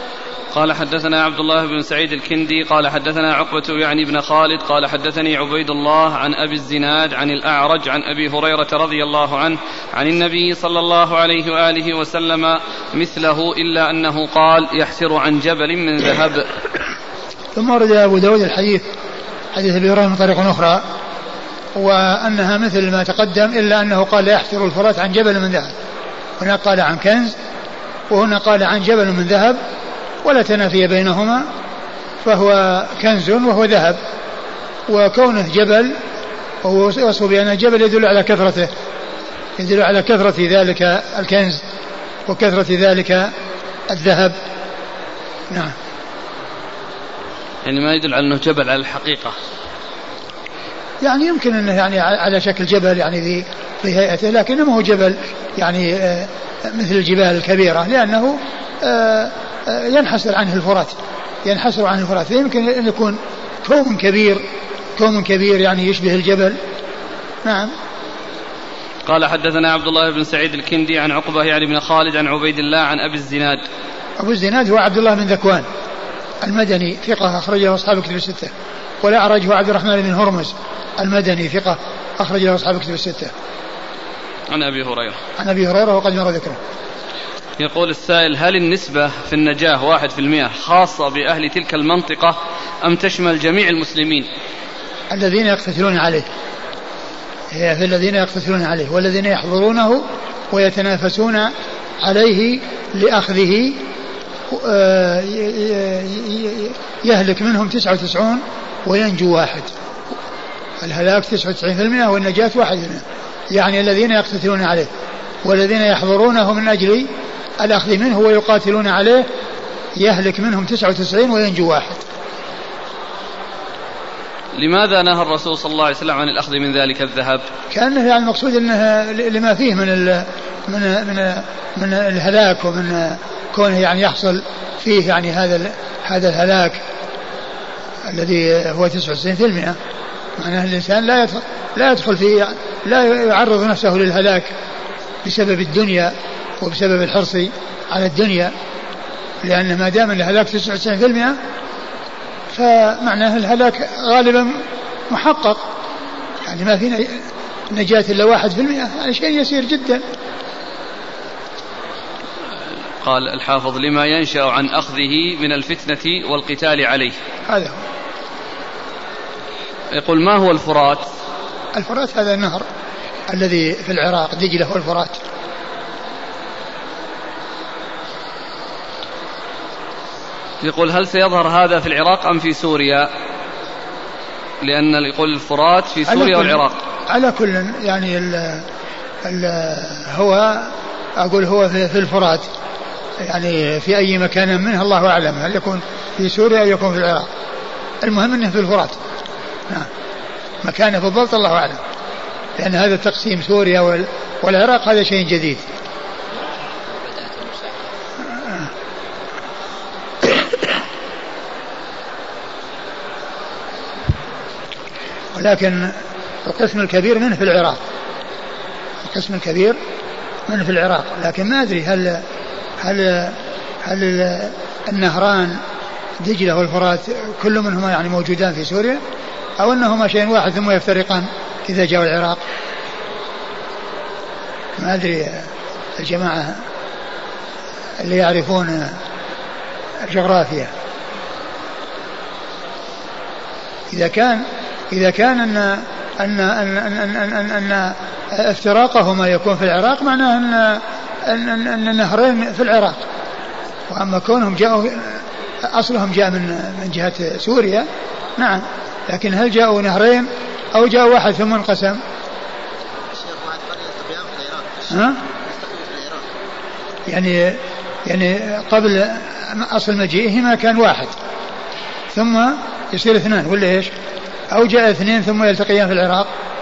Speaker 2: قال حدثنا عبد الله بن سعيد الكندي قال حدثنا عقبة يعني بن خالد قال حدثني عبيد الله عن أبي الزناد عن الأعرج عن أبي هريرة رضي الله عنه عن النبي صلى الله عليه وآله وسلم مثله إلا أنه قال يحسر عن جبل من ذهب.
Speaker 1: ثم ورد أبو داود حديث أبي هريرة من طريق أخرى وأنها مثل ما تقدم إلا أنه قال يحسر الفرات عن جبل من ذهب. هنا قال عن كنز وهنا قال عن جبل من ذهب ولا تنافي بينهما، فهو كنز وهو ذهب، وكونه جبل ووصف بأن الجبل يدل على كثرته، يدل على كثرة ذلك الكنز وكثرة ذلك الذهب. نعم.
Speaker 2: يعني ما يدل على أنه جبل على الحقيقة،
Speaker 1: يعني يمكن أنه يعني على شكل جبل يعني في هيئته، لكنه ما هو جبل يعني مثل الجبال الكبيرة، لأنه ينحسر عنه الفرات، ينحسر عنه الفرات، فيمكن أن يكون كوم كبير يعني يشبه الجبل. نعم.
Speaker 2: قال حدثنا عبد الله بن سعيد الكندي عن عقبة يعني بن خالد عن عبيد الله عن أبي الزناد.
Speaker 1: أبو الزناد هو عبد الله بن ذكوان المدني ثقة أخرجه أصحاب الكتب الستة، والأعرج هو عبد الرحمن بن هرمز المدني ثقة أخرجه أصحاب الكتب الستة.
Speaker 2: عن أبي هريرة.
Speaker 1: عن أبي هريرة وقد مر ذكره.
Speaker 2: يقول السائل: هل النسبة في النجاة 1% خاصة بأهل تلك المنطقة أم تشمل جميع المسلمين؟
Speaker 1: الذين يقتتلون عليه، هي في الذين يقتتلون عليه والذين يحضرونه ويتنافسون عليه لأخذه، يهلك منهم 99 وينجو واحد. الهلاك 99% والنجاة 1%، يعني الذين يقتتلون عليه والذين يحضرونه من أجل الأخذ منه ويقاتلون عليه يهلك منهم 99 وينجو واحد.
Speaker 2: لماذا نهى الرسول صلى الله عليه وسلم عن الأخذ من ذلك الذهب؟
Speaker 1: كأنه يعني المقصود أنه لما فيه من الهلاك ومن كونه يعني يحصل فيه يعني هذا الهلاك الذي هو 99%. معناه الإنسان لا يدخل فيه، لا يعرض نفسه للهلاك بسبب الدنيا وبسبب الحرص على الدنيا، لأن ما دام الهلاك 99% فمعناه الهلاك غالبا محقق، يعني ما في نجاة إلا 1%، يعني شيء يسير جدا.
Speaker 2: قال الحافظ: لما ينشأ عن أخذه من الفتنة والقتال عليه.
Speaker 1: هذا هو.
Speaker 2: يقول: ما هو الفرات؟
Speaker 1: الفرات هذا النهر الذي في العراق، دجلة والفرات.
Speaker 2: يقول: هل سيظهر هذا في العراق أم في سوريا؟ لأن يقول الفرات في سوريا والعراق.
Speaker 1: على كل يعني هو أقول هو في الفرات، يعني في أي مكان منه الله أعلم، هل يكون في سوريا أو يكون في العراق، المهم أنه في الفرات. نعم. مكانه بالضبط الله أعلم، لأن هذا التقسيم سوريا والعراق هذا شيء جديد. ولكن القسم الكبير منه في العراق، القسم الكبير منه في العراق، لكن ما أدري هل النهران دجلة والفرات كل منهما يعني موجودان في سوريا، أو أنهما شيء واحد ثم يفترقان إذا جاءوا العراق. ما أدري الجماعة اللي يعرفون الجغرافيا، إذا كان أن افتراقهما يكون في العراق، معناه أن النهرين في العراق، وأما كونهم جاءوا أصلهم جاء من جهة سوريا. نعم. لكن هل جاءوا نهرين أو جاء واحد ثم انقسم؟ يعني قبل أصل مجيئهما كان واحد ثم يصير اثنان، ولا إيش؟ أو جاء اثنين ثم يلتقيان في العراق.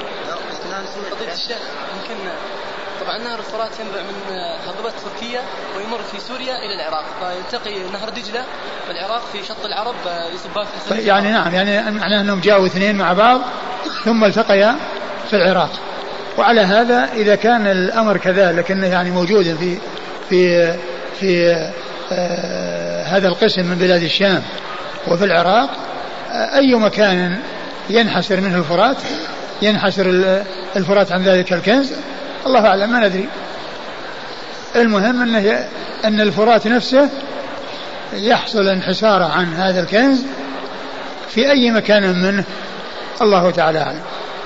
Speaker 3: يمكن طبعا نهر الفرات ينبع من هضبة تركيا ويمر في سوريا إلى العراق، فيلتقي نهر دجلة في العراق في شط العرب يصبان في الخليج.
Speaker 1: يعني نعم، يعني معناه أنهم جاءوا اثنين مع بعض ثم التقيا في العراق. وعلى هذا إذا كان الأمر كذلك أنه يعني موجود في هذا القسم من بلاد الشام وفي العراق أي مكان ينحسر منه الفرات، ينحسر الفرات عن ذلك الكنز، الله أعلم ما ندري. المهم أن الفرات نفسه يحصل انحساره عن هذا الكنز في أي مكان منه، الله تعالى أعلم.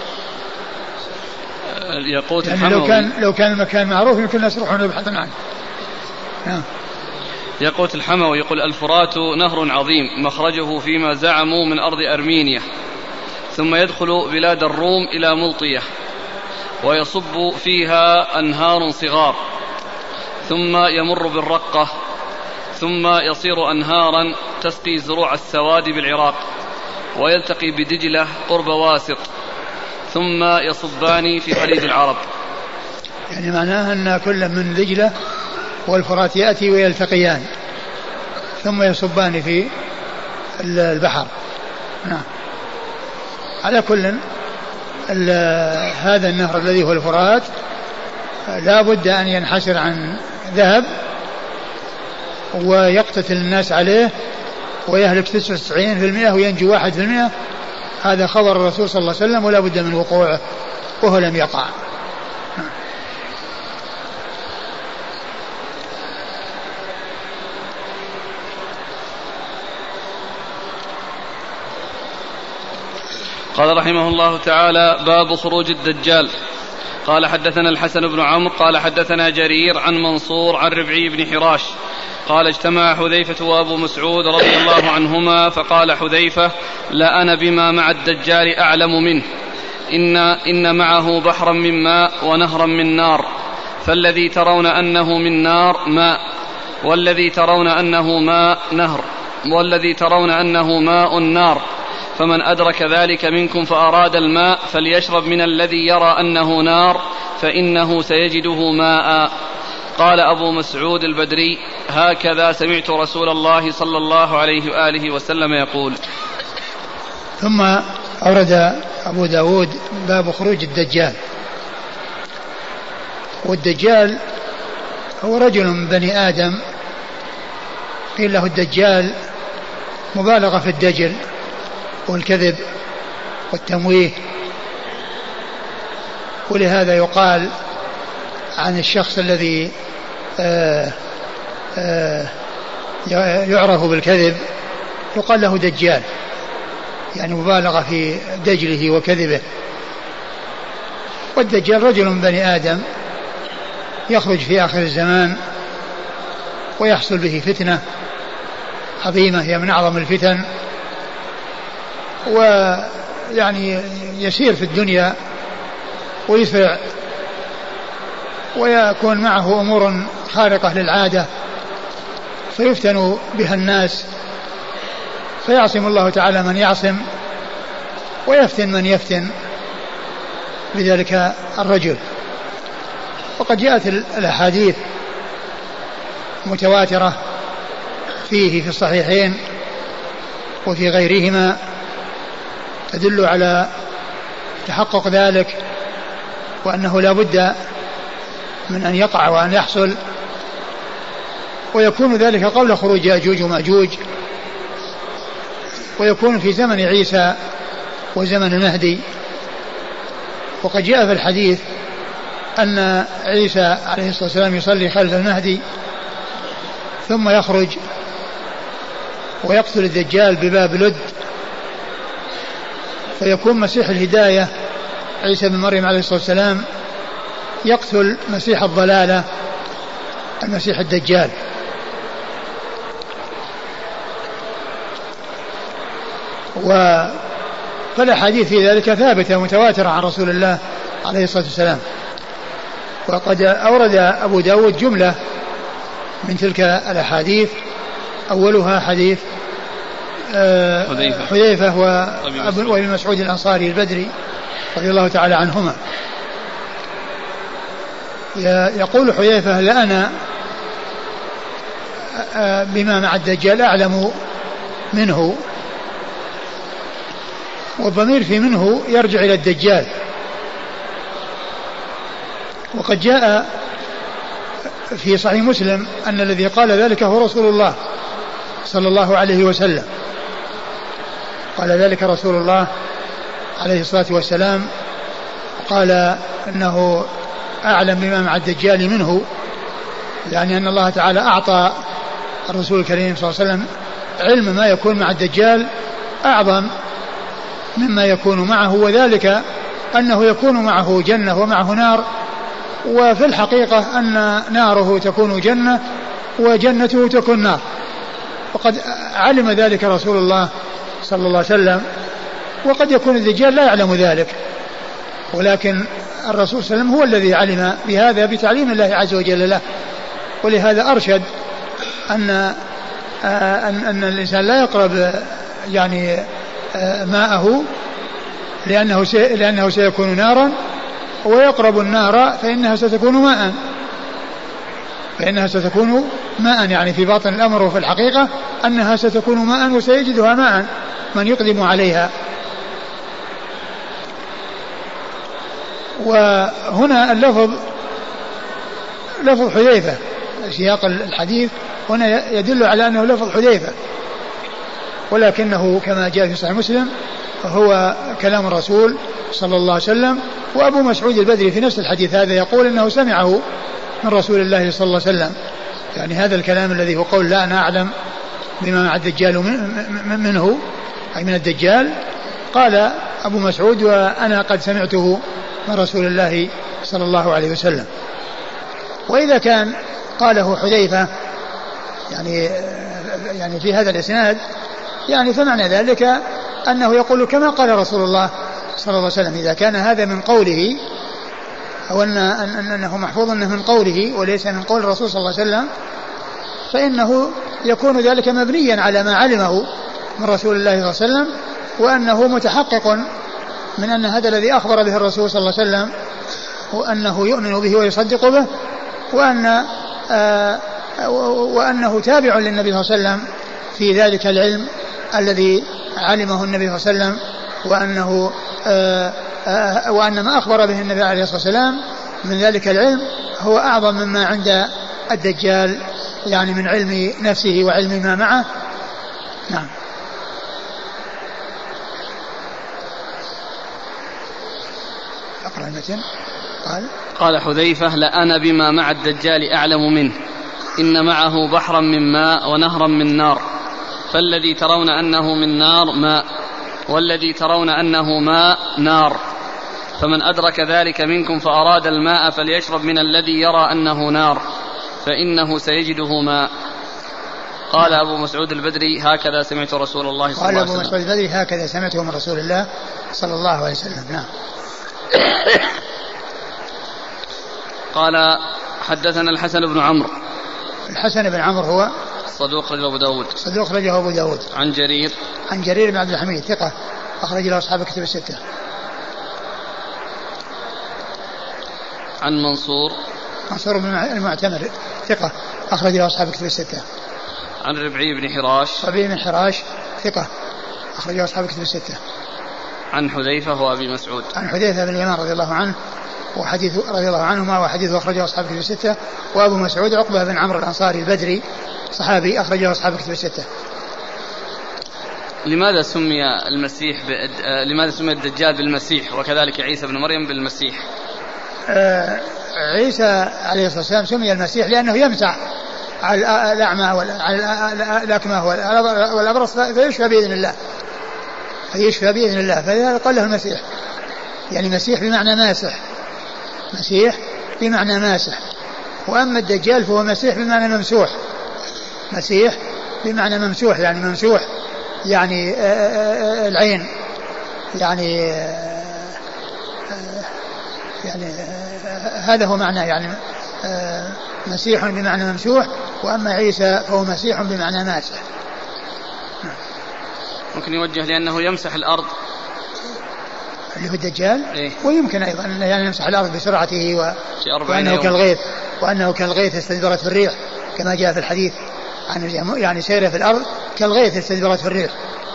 Speaker 2: الياقوت
Speaker 1: يعني لو كان المكان معروف يمكن الناس يروحون يبحثون عنه.
Speaker 2: ياقوت الحموي يقول الفرات نهر عظيم مخرجه فيما زعموا من أرض أرمينيا، ثم يدخل بلاد الروم إلى ملطية ويصب فيها أنهار صغار، ثم يمر بالرقة، ثم يصير أنهارا تسقي زروع السواد بالعراق، ويلتقي بدجلة قرب واسط، ثم يصبان في خليج العرب.
Speaker 1: يعني معناها أن كل من دجلة والفرات يأتي ويلتقيان ثم يصبان في البحر. نعم. على كل هذا النهر الذي هو الفرات لا بد أن ينحسر عن ذهب ويقتتل الناس عليه ويهلك 99% وينجو 1%. هذا خبر الرسول صلى الله عليه وسلم ولا بد من وقوعه وهو لم يقع.
Speaker 2: قال رحمه الله تعالى: باب خروج الدجال. قال حدثنا الحسن بن عمرو قال حدثنا جرير عن منصور عن ربعي بن حراش قال اجتمع حذيفة وأبو مسعود رضي الله عنهما فقال حذيفة: لا أنا بما مع الدجال أعلم منه، إن معه بحرا من ماء ونهرا من نار، فالذي ترون أنه من نار ماء، والذي ترون أنه ماء نهر، والذي ترون أنه ماء نار، فمن أدرك ذلك منكم فأراد الماء فليشرب من الذي يرى أنه نار فإنه سيجده ماء. قال أبو مسعود البدري: هكذا سمعت رسول الله صلى الله عليه وآله وسلم يقول.
Speaker 1: ثم أورد أبو داود باب خروج الدجال. والدجال هو رجل من بني آدم قيل له الدجال مبالغة في الدجل والكذب والتمويه، ولهذا يقال عن الشخص الذي يعرف بالكذب يقال له دجال، يعني مبالغة في دجله وكذبه. والدجال رجل من بني آدم يخرج في آخر الزمان ويحصل به فتنة عظيمة هي من أعظم الفتن، ويعني يسير في الدنيا ويسرع ويكون معه أمور خارقة للعادة فيفتن بها الناس، فيعصم الله تعالى من يعصم ويفتن من يفتن بذلك الرجل. وقد جاءت الأحاديث متواترة فيه في الصحيحين وفي غيرهما تدل على تحقق ذلك، وأنه لا بد من أن يقع وأن يحصل، ويكون ذلك قبل خروج يأجوج ومأجوج، ويكون في زمن عيسى وزمن المهدي. وقد جاء في الحديث أن عيسى عليه الصلاة والسلام يصلي خلف المهدي ثم يخرج ويقتل الدجال بباب لد، فيكون مسيح الهداية عيسى بن مريم عليه الصلاة والسلام يقتل مسيح الضلالة المسيح الدجال. فالأحاديث في ذلك ثابتة متواترة عن رسول الله عليه الصلاة والسلام. وقد أورد أبو داود جملة من تلك الأحاديث، أولها حديث حذيفة وابن مسعود الأنصاري البدري رضي الله تعالى عنهما. يقول حذيفة: لأنا بما مع الدجال أعلم منه، والضمير في منه يرجع إلى الدجال. وقد جاء في صحيح مسلم أن الذي قال ذلك هو رسول الله صلى الله عليه وسلم. قال ذلك رسول الله عليه الصلاة والسلام، قال إنه أعلم بما مع الدجال منه، يعني أن الله تعالى أعطى الرسول الكريم صلى الله عليه وسلم علم ما يكون مع الدجال أعظم مما يكون معه، وذلك أنه يكون معه جنة ومعه نار، وفي الحقيقة أن ناره تكون جنة وجنته تكون نار، وقد علم ذلك رسول الله صلى الله عليه وسلم. وقد يكون الدجال لا يعلم ذلك، ولكن الرسول صلى الله عليه وسلم هو الذي علم بهذا بتعليم الله عز وجل له. ولهذا أرشد أن الإنسان لا يقرب يعني ماءه لأنه سيكون نارا، ويقرب النار فإنها ستكون ماء، يعني في باطن الأمر وفي الحقيقة أنها ستكون ماء وسيجدها ماء من يقدم عليها. وهنا اللفظ لفظ حذيفة، سياق الحديث هنا يدل على أنه لفظ حذيفة، ولكنه كما جاء في صحيح مسلم هو كلام الرسول صلى الله عليه وسلم. وأبو مسعود البدري في نفس الحديث هذا يقول إنه سمعه من رسول الله صلى الله عليه وسلم، يعني هذا الكلام الذي هو قول لا أنا أعلم بما مع الدجال منه، أي من الدجال، قال أبو مسعود وأنا قد سمعته من رسول الله صلى الله عليه وسلم. وإذا كان قاله حذيفة يعني في هذا الإسناد، يعني فمعنى ذلك أنه يقول كما قال رسول الله صلى الله عليه وسلم. إذا كان هذا من قوله أو أنه محفوظ أنه من قوله وليس من قول الرسول صلى الله عليه وسلم، فإنه يكون ذلك مبنيا على ما علمه من رسول الله صلى الله عليه وسلم، وأنه متحقق من أن هذا الذي أخبر به الرسول صلى الله عليه وسلم وأنه يؤمن به ويصدق به، وأنه تابع للنبي صلى الله عليه وسلم في ذلك العلم الذي علمه النبي صلى الله عليه وسلم، وأن ما أخبر به النبي عليه الصلاة والسلام من ذلك العلم هو أعظم مما عند الدجال، يعني من علم نفسه وعلم ما معه. نعم. أقرأ المتن.
Speaker 2: قال حذيفة لأنا بما مع الدجال أعلم منه، إن معه بحرا من ماء ونهرا من نار، فالذي ترون أنه من نار ماء، والذي ترون أنه ماء نار، فمن أدرك ذلك منكم فأراد الماء فليشرب من الذي يرى أنه نار، فإنه سيجده ماء. قال أبو مسعود البدري هكذا سمعت رسول الله صلى الله عليه وسلم.
Speaker 1: قال أبو مسعود البدري هكذا سمعته من رسول الله صلى الله عليه وسلم. نعم.
Speaker 2: قال حدثنا الحسن بن عمرو.
Speaker 1: الحسن بن عمرو هو
Speaker 2: صدوق رجل أبو داود.
Speaker 1: صدوق رجل أبو داود.
Speaker 2: عن جرير.
Speaker 1: عن جرير بن عبد الحميد ثقة أخرج له أصحاب الكتب الستة.
Speaker 2: عن منصور.
Speaker 1: منصور بن المعتمر ثقة أخرج له أصحاب الكتب الستة.
Speaker 2: عن ربعي بن حراش.
Speaker 1: ربيع بن حراش ثقة أخرج له أصحاب الكتب الستة.
Speaker 2: عن حذيفة وأبي مسعود.
Speaker 1: عن حذيفة بن اليمان رضي الله عنه وحديث رضي الله عنهما وحديثه أخرجه أصحاب الكتب الستة. وأبو مسعود عقبة بن عمرو الأنصاري البدري صحابي أخرجه أصحاب الكتب الستة.
Speaker 2: لماذا سمي الدجال بالمسيح وكذلك عيسى بن مريم بالمسيح؟
Speaker 1: عيسى عليه الصلاة والسلام سمي المسيح لأنه يمسح على الأعمى على الأكمه والأبرص فيشفى بإذن الله، فلذلك قال له المسيح، يعني مسيح بمعنى ماسح، مسيح بمعنى ماسح. وأما الدجال فهو مسيح بمعنى ممسوح، مسيح بمعنى ممسوح، يعني ممسوح يعني العين، يعني هذا هو معناه، يعني مسيح بمعنى ممسوح. وأما عيسى فهو مسيح بمعنى ماسح.
Speaker 2: ممكن يوجه لأنه يمسح الأرض
Speaker 1: اللي هو الدجال
Speaker 2: إيه؟
Speaker 1: ويمكن أيضا يعني يمسح الأرض بسرعته وأنه كالغيث استدبرت في الريح، كما جاء في الحديث عن يعني سيره في الأرض كالغيث استدبرت في الريح.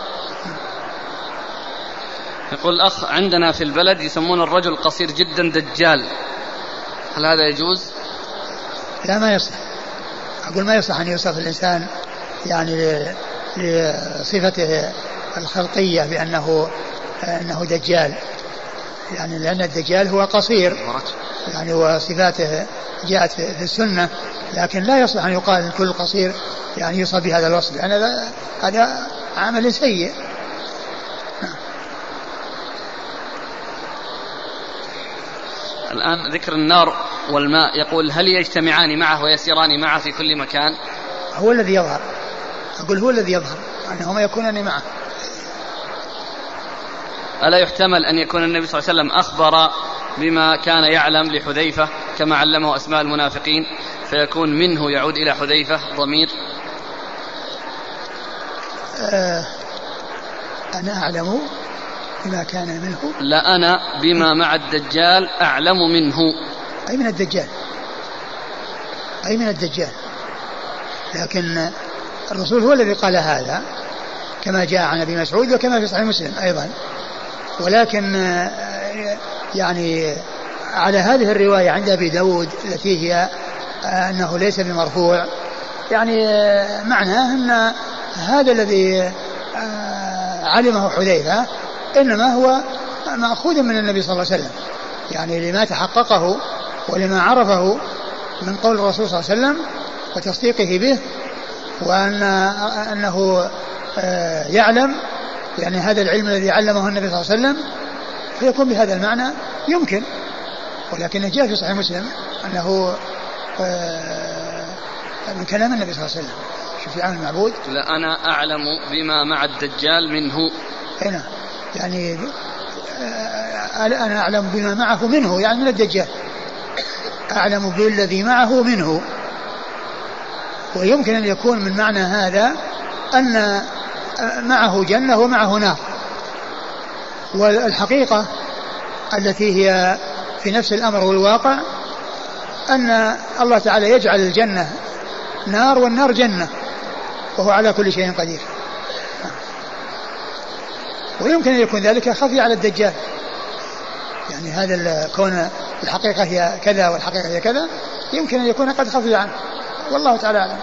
Speaker 2: يقول الأخ عندنا في البلد يسمون الرجل قصير جدا دجال، هل هذا يجوز؟
Speaker 1: لا، ما يصح. أقول ما يصح أن يوصف الإنسان يعني لصفته الخلقية بأنه دجال، يعني لأن الدجال هو قصير يعني وصفاته جاءت في السنة، لكن لا يصلح أن يقال كل قصير يعني يوصف بهذا الوصف، لأن هذا عمل سيء.
Speaker 2: الآن ذكر النار والماء، يقول هل يجتمعان معه ويسيران معه في كل مكان؟
Speaker 1: هو الذي يظهر، أقول هو الذي يظهر أنهما يكونان معه.
Speaker 2: ألا يحتمل أن يكون النبي صلى الله عليه وسلم أخبر بما كان يعلم لحذيفة كما علمه أسماء المنافقين، فيكون منه يعود إلى حذيفة ضمير؟
Speaker 1: أنا أعلم بما كان منه،
Speaker 2: لا أنا بما مع الدجال أعلم منه،
Speaker 1: أي من الدجال، أي من الدجال، لكن الرسول هو الذي قال هذا كما جاء عن أبي مسعود وكما في صحيح مسلم أيضا. ولكن يعني على هذه الرواية عند أبي داود التي هي أنه ليس بمرفوع، يعني معناه أن هذا الذي علمه حذيفة إنما هو مأخوذ من النبي صلى الله عليه وسلم، يعني لما تحققه ولما عرفه من قول الرسول صلى الله عليه وسلم وتصديقه به، وأنه يعلم يعني هذا العلم الذي علمه النبي صلى الله عليه وسلم، فيكون بهذا المعنى يمكن. ولكن جاء في صحيح مسلم أنه من كلام النبي صلى الله عليه وسلم. شوف عن المعبود،
Speaker 2: لا أنا أعلم بما مع الدجال منه،
Speaker 1: هنا يعني أنا أعلم بما معه منه، يعني من الدجال، أعلم بالذي معه منه. ويمكن أن يكون من معنى هذا أن معه جنة ومعه نار، والحقيقة التي هي في نفس الأمر والواقع أن الله تعالى يجعل الجنة نار والنار جنة، وهو على كل شيء قدير. ويمكن أن يكون ذلك خفي على الدجال، يعني هذا كون الحقيقة هي كذا والحقيقة هي كذا يمكن أن يكون قد خفي عنه، والله تعالى أعلم.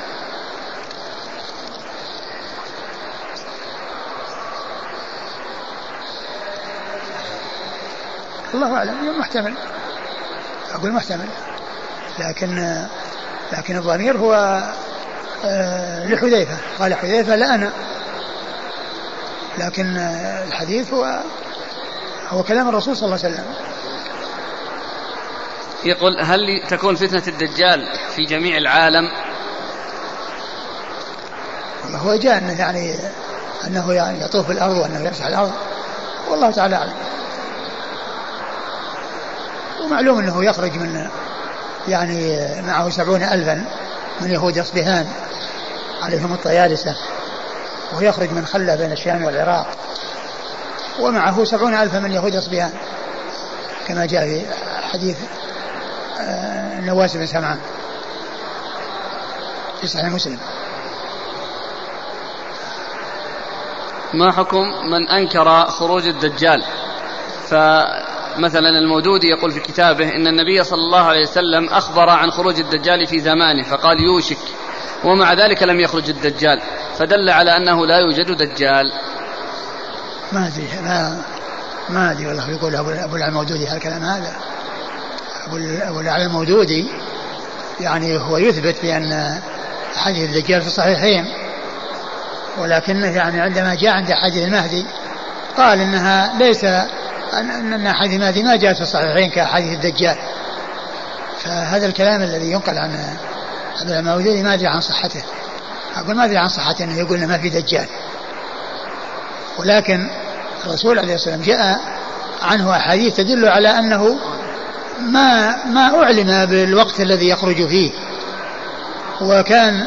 Speaker 1: الله أعلم، محتمل، أقول محتمل، لكن الضمير هو لحذيفة، قال حذيفة لا أنا، لكن الحديث هو كلام الرسول صلى الله عليه وسلم.
Speaker 2: يقول هل تكون فتنة الدجال في جميع العالم؟
Speaker 1: هو جاء أنه يعني يطوف الأرض وأنه يمسح الأرض، والله تعالى أعلم. ومعلوم أنه يخرج من يعني معه 70,000 من يهود أصبهان عليهم الطيالسة، ويخرج من خلة بين الشام والعراق، ومعه 70,000 من يهود أصبهان كما جاء في حديث النواس بن سمعان في صحيح مسلم.
Speaker 2: ما حكم من أنكر خروج الدجال؟ فمثلا المودودي يقول في كتابه إن النبي صلى الله عليه وسلم أخبر عن خروج الدجال في زمانه فقال يوشك، ومع ذلك لم يخرج الدجال، فدل على أنه لا يوجد دجال.
Speaker 1: ما أدري والله. يقول أبو العلى المودودي هالكلام هذا، أبو العلى المودودي يعني هو يثبت بأن حديث الدجال في الصحيحين، ولكنه يعني عندما جاء عند حديث المهدي قال إنها ليس أن حديث المهدي ما جاء في الصحيحين كحديث الدجال. فهذا الكلام الذي ينقل عن أبو العلى المودودي ما أدري عن صحته، أقول ما أدري عن صحته أنه يقول ما في دجال. ولكن الرسول عليه الصلاة والسلام جاء عنه أحاديث تدل على أنه ما أعلم بالوقت الذي يخرج فيه، وكان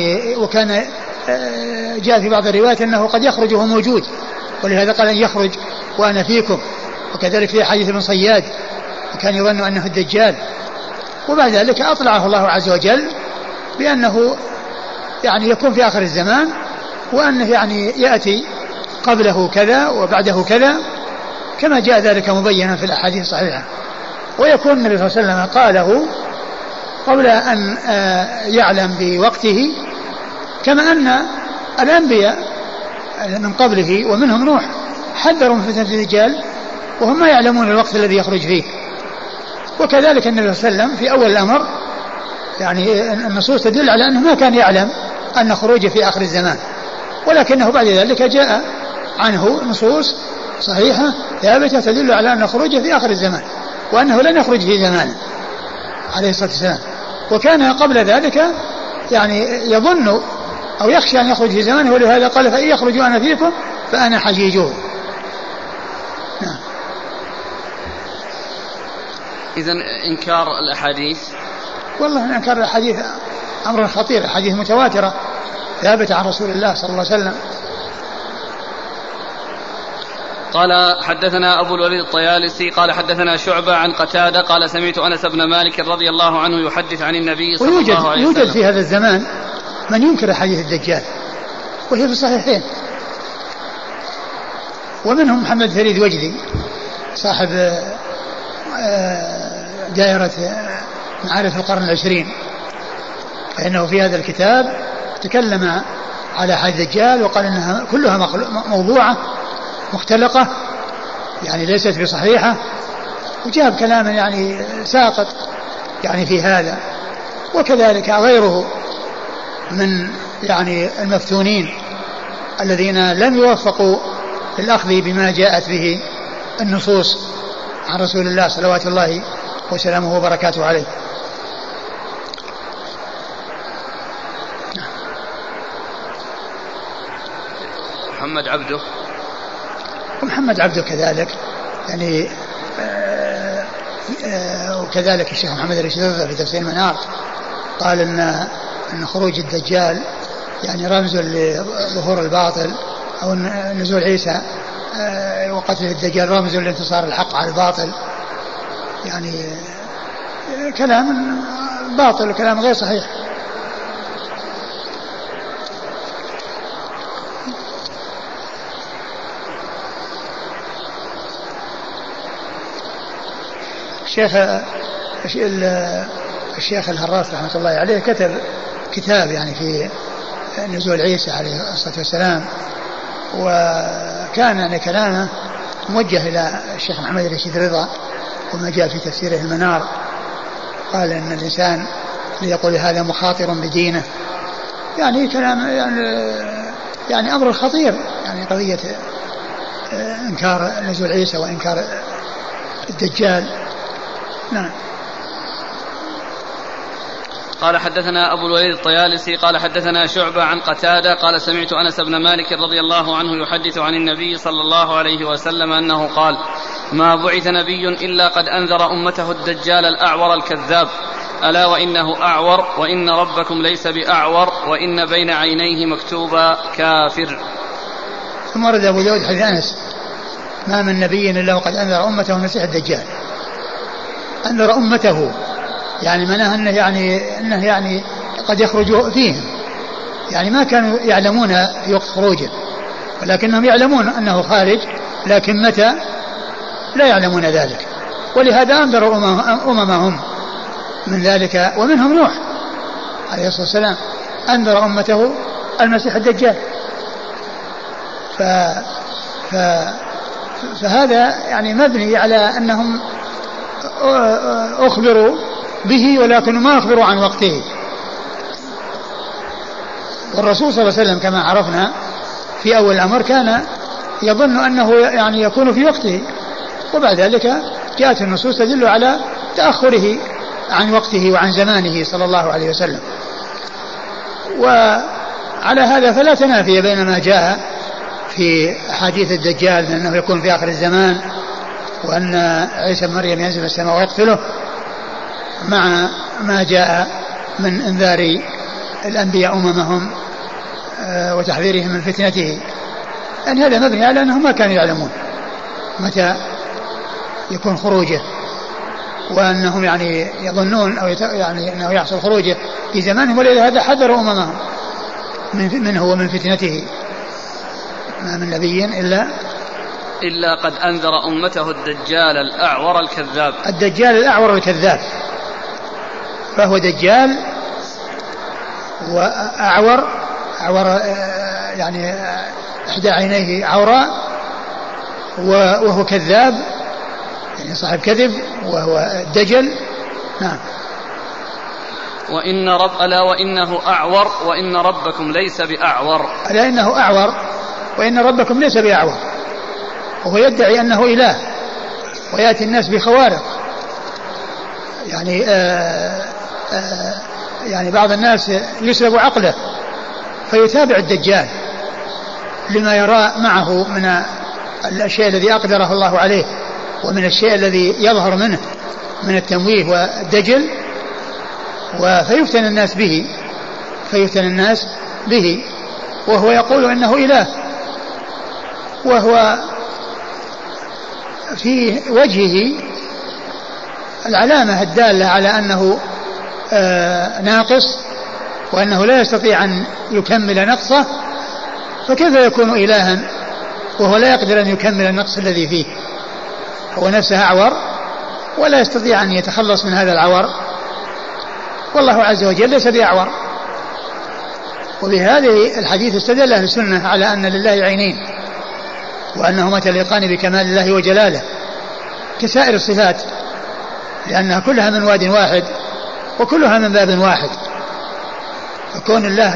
Speaker 1: جاء في بعض الروايات أنه قد يخرج وهو موجود، ولهذا قال أن يخرج وأنا فيكم. وكذلك في حديث ابن صياد كان يظن أنه الدجال، وبعد ذلك أطلعه الله عز وجل بأنه يعني يكون في آخر الزمان، وأنه يعني يأتي قبله كذا وبعده كذا كما جاء ذلك مبينا في الأحاديث الصحيحة. ويكون النبي صلى الله عليه وسلم قاله قبل أن يعلم بوقته، كما أن الأنبياء من قبله ومنهم نوح حذروا من فتنة الدجال وهم ما يعلمون الوقت الذي يخرج فيه. وكذلك النبي صلى الله عليه وسلم في أول الأمر يعني النصوص تدل على أنه ما كان يعلم أن خروجه في آخر الزمان، ولكنه بعد ذلك جاء عنه نصوص صحيحة ثابتة تدل على أن خروجه في آخر الزمان وأنه لن يخرج في زمانه عليه الصلاة والسلام. وكان قبل ذلك يعني يظن أو يخشى أن يخرج في زمانه، ولهذا قال فإن يخرج أنا فيكم فأنا حجيجه. نعم.
Speaker 2: إذن إنكار الأحاديث،
Speaker 1: والله إنكار الأحاديث أمر خطير، حديث متواترة ثابتة عن رسول الله صلى الله عليه وسلم.
Speaker 2: قال حدثنا أبو الوليد الطيالسي قال حدثنا شعبة عن قتادة قال سمعت أنس بن مالك رضي الله عنه يحدث عن النبي صلى الله عليه وسلم.
Speaker 1: يوجد في هذا الزمان من ينكر حديث الدجال وهي في الصحيحين، ومنهم محمد فريد وجدي صاحب دائرة معارف القرن العشرين، فإنه في هذا الكتاب تكلم على حديث الدجال وقال إنها كلها موضوعة مختلقة يعني ليست بصحيحة، وجاب كلاما يعني ساقط يعني في هذا. وكذلك غيره من يعني المفتونين الذين لم يوفقوا للأخذ بما جاءت به النصوص عن رسول الله صلوات الله وسلامه وبركاته عليه. محمد عبده كذلك يعني وكذلك الشيخ محمد الرشيد في تفسير المنار قال ان خروج الدجال يعني رمز لظهور الباطل، او نزول عيسى وقتل الدجال رمز لانتصار الحق على الباطل. يعني كلام باطل وكلام غير صحيح. الشيخ الهراس رحمة الله عليه كتب كتاب يعني في نزول عيسى عليه الصلاة والسلام، وكان يعني كلامه موجه إلى الشيخ محمد الرشيد رضا وما جاء في تفسيره المنار. قال إن الإنسان ليقول هذا مخاطر بدينه، يعني كلام يعني أمر خطير، يعني قضية إنكار نزول عيسى وإنكار الدجال. نعم.
Speaker 2: قال حدثنا أبو الوليد الطيالسي قال حدثنا شعبة عن قتادة قال سمعت أنس بن مالك رضي الله عنه يحدث عن النبي صلى الله عليه وسلم أنه قال ما بعث نبي إلا قد أنذر أمته الدجال الأعور الكذاب ألا وإنه أعور وإن ربكم ليس بأعور وإن بين عينيه مكتوبا كافر.
Speaker 1: ثم ورد أبو داود حديث أنس ما من نبي إلا وقد أنذر أمته المسيح الدجال. أنذر أمته يعني معناه أنه يعني قد يخرج فيهم، يعني ما كانوا يعلمون في وقت خروجه، ولكنهم يعلمون أنه خارج، لكن متى لا يعلمون ذلك. ولهذا أنذروا أممهم من ذلك، ومنهم نوح عليه الصلاة والسلام أنذر أمته المسيح الدجال. فهذا يعني مبني على أنهم أخبروا به ولكن ما أخبروا عن وقته. والرسول صلى الله عليه وسلم كما عرفنا في أول الأمر كان يظن أنه يعني يكون في وقته، وبعد ذلك جاءت النصوص تدل على تأخره عن وقته وعن زمانه صلى الله عليه وسلم. وعلى هذا فلا تنافي بين ما جاء في حديث الدجال من أنه يكون في آخر الزمان وأن عيسى بن مريم ينزل من السماء ويقتله، مع ما جاء من انذار الأنبياء أممهم وتحذيرهم من فتنته. أن هذا مبني على أنهم ما كانوا يعلمون متى يكون خروجه، وأنهم يعني يظنون أو يعني أنه يحصل خروجه في زمانهم، ولهذا حذروا أممهم منه ومن فتنته. ما من نبي
Speaker 2: إلا قد أنذر أمته الدجال الأعور الكذاب.
Speaker 1: الدجال الأعور الكذاب، فهو دجال وأعور يعني إحدى عينيه عوراء وهو كذاب، يعني صاحب كذب وهو الدجل. نعم.
Speaker 2: ألا وإنه أعور وإن ربكم ليس بأعور.
Speaker 1: ألا إنه أعور وإن ربكم ليس بأعور، وهو يدعي أنه إله ويأتي الناس بخوارق. يعني بعض الناس يسلب عقله فيتابع الدجال لما يرى معه من الشيء الذي أقدره الله عليه ومن الشيء الذي يظهر منه من التمويه والدجل، فيفتن الناس به وهو يقول إنه إله، وهو في وجهه العلامة الدالة على أنه ناقص وأنه لا يستطيع أن يكمل نقصه، فكيف يكون إلها وهو لا يقدر أن يكمل النقص الذي فيه؟ هو نفسه أعور ولا يستطيع أن يتخلص من هذا العور، والله عز وجل ليس بأعور. وبهذه الحديث استدل أهل السنة على أن لله عينين وأنهما تليقان بكمال الله وجلاله كسائر الصفات، لأنها كلها من واد واحد وكلها من باب واحد. فكون الله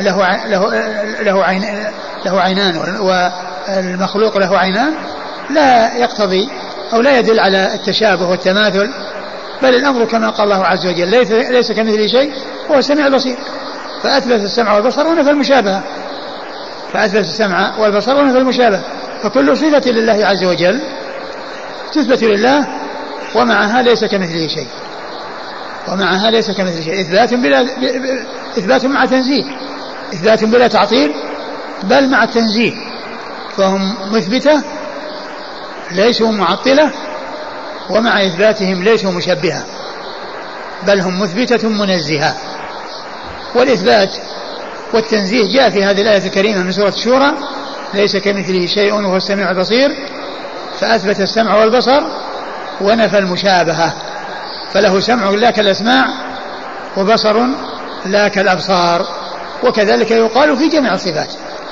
Speaker 1: له عينان والمخلوق له عينان لا يقتضي أو لا يدل على التشابه والتماثل، بل الأمر كما قال الله عز وجل ليس كمثله شيء هو السميع البصير، فأثبت السمع والبصر ونفى المشابهة. فكل صفة لله عز وجل تثبت لله ومعها ليس كمثله شيء، إثبات مع تنزيه، إثبات بلا تعطيل بل مع التنزيه، فهم مثبتة ليسوا معطلة، ومع إثباتهم ليسوا مشبهة بل هم مثبتة منزهة. والإثبات والتنزيه جاء في هذه الآية الكريمة من سورة الشورى: ليس كمثله شيء وهو السميع البصير، فأثبت السمع والبصر ونفى المشابهة، فله سمع لا كالأسماع وبصر لا كالأبصار، وكذلك يقال في جميع الصفات.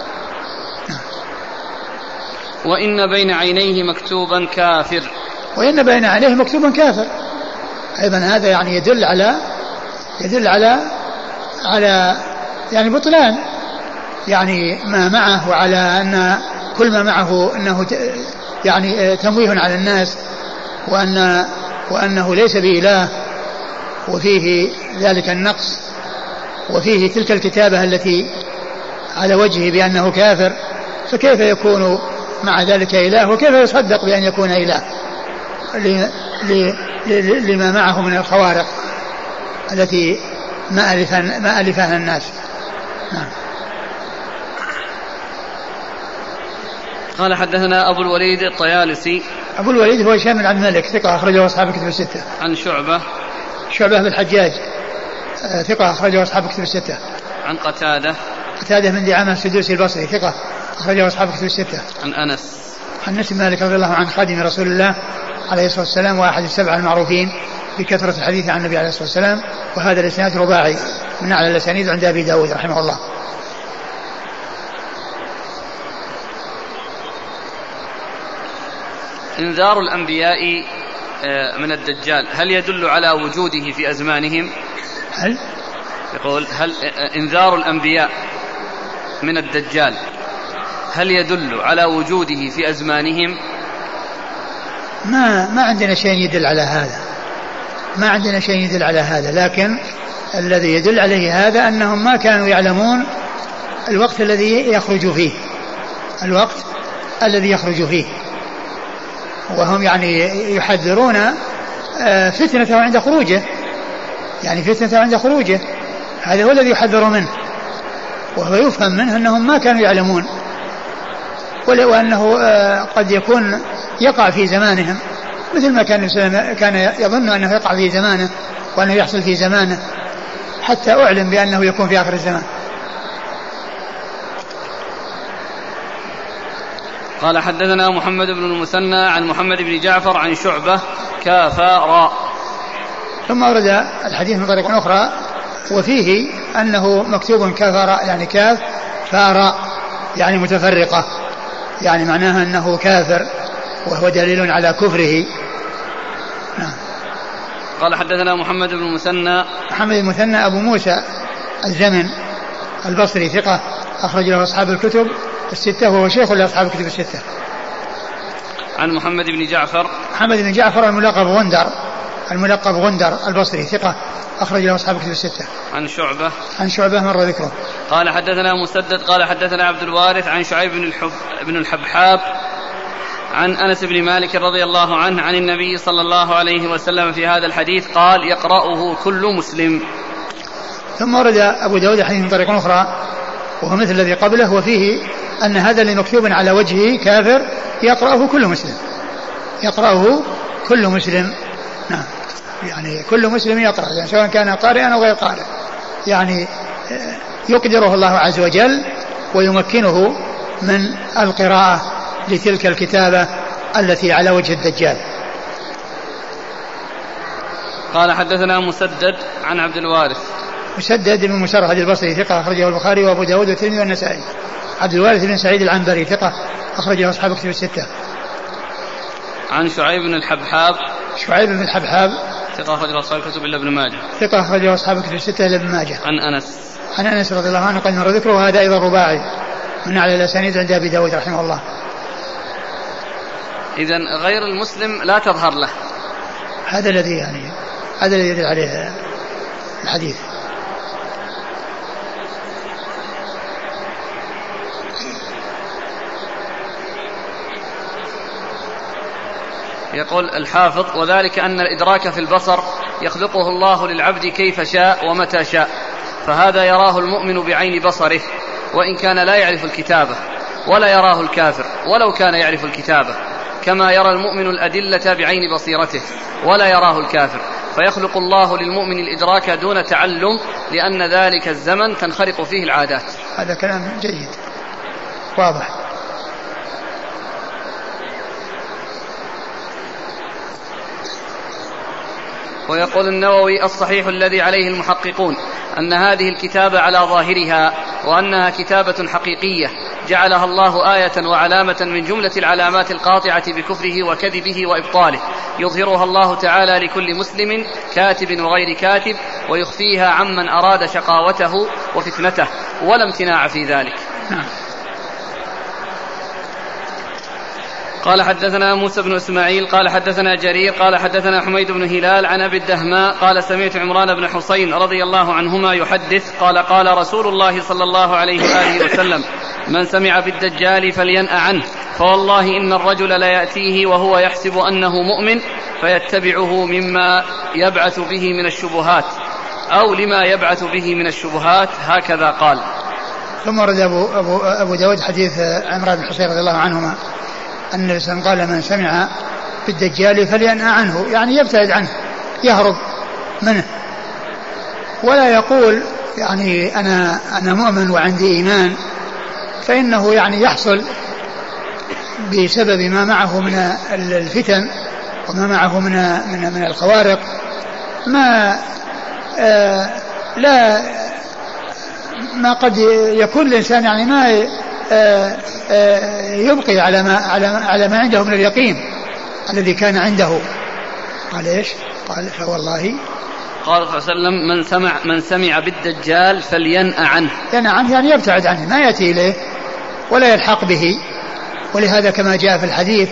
Speaker 2: وإن بين عينيه مكتوبا كافر.
Speaker 1: أيضا هذا يعني يدل على يعني بطلان يعني ما معه، وعلى أن كل ما معه أنه يعني تمويه على الناس، وأنه ليس بإله، وفيه ذلك النقص، وفيه تلك الكتابة التي على وجهه بأنه كافر، فكيف يكون مع ذلك إله؟ وكيف يصدق بأن يكون إله لما معه من الخوارق التي ما ألفها الناس. نعم.
Speaker 2: قال حدثنا أبو الوليد الطيالسي.
Speaker 1: أبو الوليد هو هشام بن عبد الملك، ثقة أخرجه أصحاب الكتب الستة.
Speaker 2: عن شعبة
Speaker 1: بن الحجاج، ثقة أخرجه أصحاب الكتب الستة.
Speaker 2: عن قتادة
Speaker 1: بن دعامة السدوسي البصري، ثقة أخرجه أصحاب الكتب الستة.
Speaker 2: عن أنس
Speaker 1: بن مالك رضي الله عنه خادم رسول الله عليه الصلاة والسلام، وأحد السبعة المعروفين بكثرة الحديث عن النبي عليه الصلاة والسلام، وهذا الإسناد رباعي من أعلى الأسانيد عند أبي داود رحمه الله.
Speaker 2: إنذار الأنبياء من الدجال هل يدل على وجوده في أزمانهم؟ يقول هل إنذار الأنبياء من الدجال هل يدل على وجوده في أزمانهم؟
Speaker 1: ما عندنا شيء يدل على هذا، لكن الذي يدل عليه هذا أنهم ما كانوا يعلمون الوقت الذي يخرج فيه، وهم يعني يحذرون فتنته عند خروجه، هذا هو الذي يحذر منه، وهو يفهم منه أنهم ما كانوا يعلمون، وأنه قد يكون يقع في زمانهم مثل ما كان يظن أنه يقع في زمانه وأنه يحصل في زمانه، حتى أعلم بأنه يكون في آخر الزمان.
Speaker 2: قال حدثنا محمد بن المثنى عن محمد بن جعفر عن شعبة كافراء.
Speaker 1: ثم ورد الحديث من طريق أخرى وفيه أنه مكتوب كافراء، يعني كاف فاراء، يعني متفرقة، يعني معناها أنه كافر وهو دليل على كفره. نعم.
Speaker 2: قال حدثنا محمد بن المثنى.
Speaker 1: محمد بن المثنى أبو موسى الزمن البصري ثقة أخرج له أصحاب الكتب الستة وهو شيخ لأصحاب الكتب الستة.
Speaker 2: عن محمد بن جعفر.
Speaker 1: محمد بن جعفر الملقب غندر البصري ثقة أخرج له أصحاب الكتب الستة.
Speaker 2: عن شعبة
Speaker 1: مر ذكره.
Speaker 2: قال حدثنا مسدد قال حدثنا عبد الوارث عن شعيب بن الحبحاب عن أنس بن مالك رضي الله عنه عن النبي صلى الله عليه وسلم في هذا الحديث قال يقرأه كل مسلم.
Speaker 1: ثم ورد أبو داود حديث من طريق أخرى وهو مثل الذي قبله وفيه أن هذا اللي مكتوب على وجهه كافر يقرأه كل مسلم. نعم. يعني كل مسلم يقرأ يعني سواء كان قارئا أو غير قارئ، يعني يقدره الله عز وجل ويمكنه من القراءة لتلك الكتابة التي على وجه الدجال.
Speaker 2: قال حدثنا مسدد عن عبد الوارث.
Speaker 1: مسدد بن مسرهد البصري ثقة أخرجه البخاري وأبو داود والترمذي والنسائي. عبد الوارث بن سعيد العنبري ثقة أخرجه أصحاب الكتب الستة.
Speaker 2: عن شعيب بن الحبحاب.
Speaker 1: ثقة
Speaker 2: أخرجه أصحاب الكتب إلا ابن ماجه.
Speaker 1: ثقة أخرجه أصحاب الكتب الستة إلا ابن ماجه.
Speaker 2: عن
Speaker 1: أنس رضي الله عنه قد مر ذكره وهذا أيضا رباعي من أعلى الأسانيد عند أبي داود رحمه الله.
Speaker 2: إذن غير المسلم لا تظهر له.
Speaker 1: هذا الذي يدل عليه الحديث.
Speaker 2: يقول الحافظ وذلك أن الإدراك في البصر يخلقه الله للعبد كيف شاء ومتى شاء، فهذا يراه المؤمن بعين بصره وإن كان لا يعرف الكتابة، ولا يراه الكافر ولو كان يعرف الكتابة، كما يرى المؤمن الأدلة بعين بصيرته ولا يراه الكافر، فيخلق الله للمؤمن الإدراك دون تعلم لأن ذلك الزمن تنخرق فيه العادات.
Speaker 1: هذا كلام جيد واضح.
Speaker 2: ويقول النووي الصحيح الذي عليه المحققون أن هذه الكتابة على ظاهرها وأنها كتابة حقيقية جعلها الله آية وعلامة من جملة العلامات القاطعة بكفره وكذبه وإبطاله، يظهرها الله تعالى لكل مسلم كاتب وغير كاتب ويخفيها عمن أراد شقاوته وفتنته ولا امتناع في ذلك. قال حدثنا موسى بن إسماعيل قال حدثنا جرير قال حدثنا حميد بن هلال عن أبي الدهماء قال سمعت عمران بن حسين رضي الله عنهما يحدث قال قال رسول الله صلى الله عليه وآله وسلم من سمع بالدجال فلينأ عنه، فوالله إن الرجل ليأتيه وهو يحسب أنه مؤمن فيتبعه مما يبعث به من الشبهات أو لما يبعث به من الشبهات، هكذا قال.
Speaker 1: ثم ورد أبو داود حديث عمران بن حسين رضي الله عنهما أن النبي صلى الله عليه وسلم قال من سمع بالدجال فلينأ عنه، يعني يبتعد عنه يهرب منه، ولا يقول يعني أنا مؤمن وعندي إيمان، فإنه يعني يحصل بسبب ما معه من الفتن وما معه من الخوارق ما قد يكون الإنسان يعني ما يبقي على ما عنده من اليقين الذي كان عنده. قال ايش؟ قال فوالله
Speaker 2: قال صلى الله عليه وسلم من سمع بالدجال فلينأ عنه،
Speaker 1: يعني يبتعد عنه ما يأتي إليه ولا يلحق به. ولهذا كما جاء في الحديث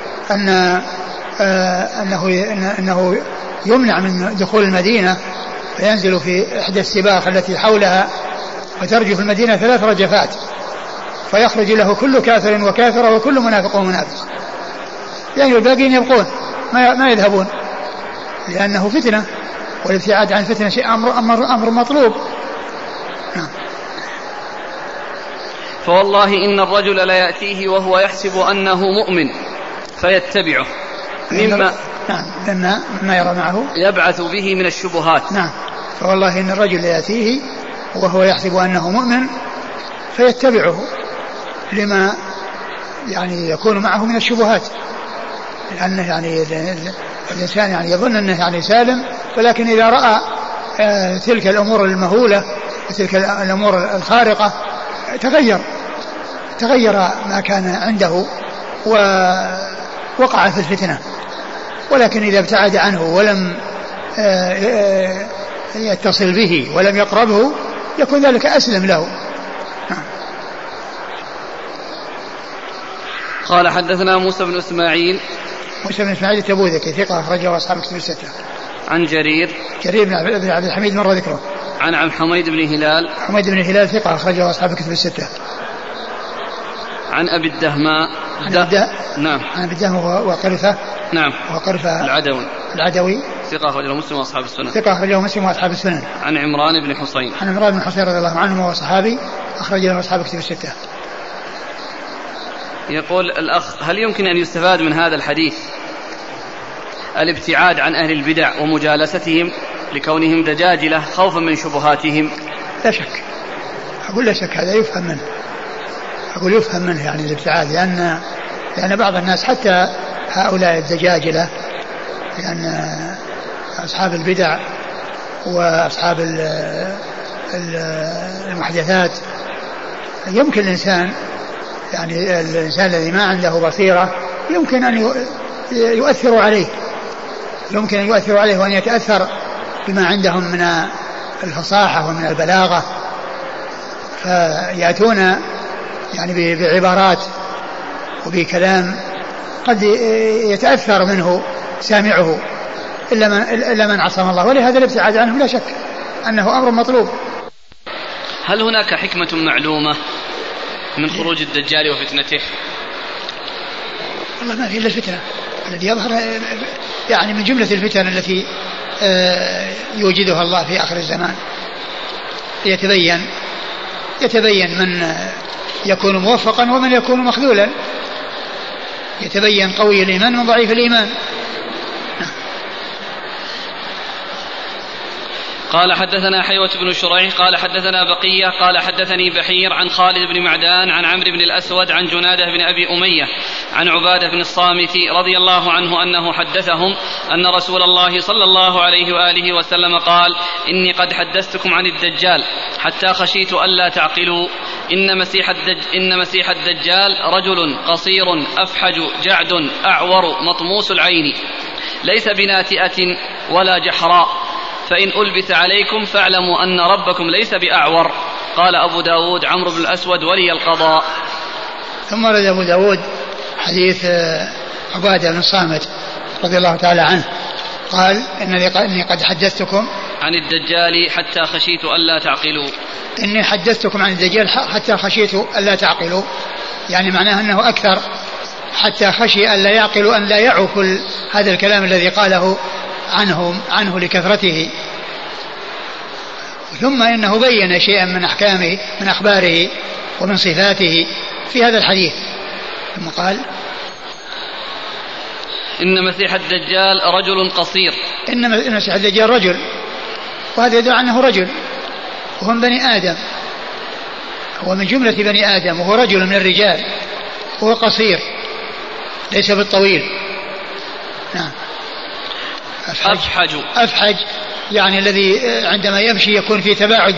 Speaker 1: أنه يمنع من دخول المدينة فينزل في إحدى السباق التي حولها وترجف المدينة 3 رجفات فيخرج له كل كافر وكافرة وكل منافق ومنافق، يعني الباقين يبقون ما يذهبون لأنه فتنة، والابتعاد عن فتنة شيء أمر مطلوب.
Speaker 2: فوالله إن الرجل لا يأتيه وهو يحسب أنه مؤمن فيتبعه
Speaker 1: مما يرى معه
Speaker 2: يبعث به من الشبهات.
Speaker 1: نعم. فوالله إن الرجل لا يأتيه وهو يحسب أنه مؤمن فيتبعه لما يعني يكون معه من الشبهات، لأنه يعني الإنسان يعني يظن أنه يعني سالم، ولكن إذا رأى تلك الأمور المهولة وتلك الأمور الخارقة تغير ما كان عنده ووقع في الفتنة. ولكن إذا ابتعد عنه ولم يتصل به ولم يقربه يكون ذلك أسلم له.
Speaker 2: قال حدثنا موسى بن إسماعيل
Speaker 1: التبوذكي ثقة أخرجه أصحاب الكتب الستة.
Speaker 2: عن جرير
Speaker 1: بن عبد الحميد مر ذكره.
Speaker 2: عن حميد بن هلال
Speaker 1: ثقة أخرجه أصحاب الكتب الستة.
Speaker 2: عن أبي الدهماء
Speaker 1: نعم. عن أبي الدهماء وقرفة.
Speaker 2: نعم.
Speaker 1: وقرفة
Speaker 2: العدوي ثقة أخرجه مسلم وأصحاب السنن. عن عمران بن حصين
Speaker 1: رضي الله عنه وهو صحابي أخرج له أصحاب الكتب الستة.
Speaker 2: يقول الأخ: هل يمكن أن يستفاد من هذا الحديث الابتعاد عن أهل البدع ومجالستهم لكونهم دجاجلة خوفا من شبهاتهم؟
Speaker 1: لا شك، أقول لا شك، هذا يفهم منه يعني الابتعاد، لأن بعض الناس حتى هؤلاء الدجاجلة، لأن أصحاب البدع وأصحاب المحدثات يمكن الإنسان الذي ما عنده بصيرة يمكن أن يؤثر عليه وأن يتأثر بما عندهم من الفصاحة ومن البلاغة، فيأتون يعني بعبارات وبكلام قد يتأثر منه سامعه إلا من عصم الله، ولهذا الابتعاد عنه لا شك أنه أمر مطلوب.
Speaker 2: هل هناك حكمة معلومة من خروج الدجال وفتنته؟
Speaker 1: والله ما في إلا الفتنة الذي يظهر يعني من جملة الفتن التي يوجدها الله في آخر الزمان، يتبين من يكون موفقا ومن يكون مخذولا، يتبين قوي الإيمان من ضعيف الإيمان.
Speaker 2: قال حدثنا حيوة بن شريح قال حدثنا بقية قال حدثني بحير عن خالد بن معدان عن عمرو بن الأسود عن جنادة بن أبي أمية عن عبادة بن الصامت رضي الله عنه أنه حدثهم أن رسول الله صلى الله عليه وآله وسلم قال: إني قد حدثتكم عن الدجال حتى خشيت ألا تعقلوا. إن مسيح الدجال رجل قصير أفحج جعد أعور مطموس العين ليس بناتئة ولا جحراء، فإن ألبث عليكم فاعلموا أن ربكم ليس بأعور. قال أبو داود: عمرو بن الأسود ولي القضاء.
Speaker 1: ثم رد أبو داود حديث عبادة بن الصامت رضي الله تعالى عنه قال: إني قد حدثتكم
Speaker 2: عن الدجال حتى خشيت ألا تعقلوا.
Speaker 1: إني حدثتكم عن الدجال حتى خشيت ألا تعقلوا، يعني معناه أنه أكثر، حتى خشي ألا يعقلوا، أن لا يعوا كل هذا الكلام الذي قاله عنه لكثرته. ثم إنه بين شيئا من أحكامه من أخباره ومن صفاته في هذا الحديث، ثم قال:
Speaker 2: إن مسيح الدجال رجل قصير.
Speaker 1: إن مسيح الدجال رجل، وهذا يدل أنه رجل وهو من بني آدم، هو من جملة بني آدم، وهو رجل من الرجال، وهو قصير ليس بالطويل. نعم. أفحج يعني الذي عندما يمشي يكون في تباعد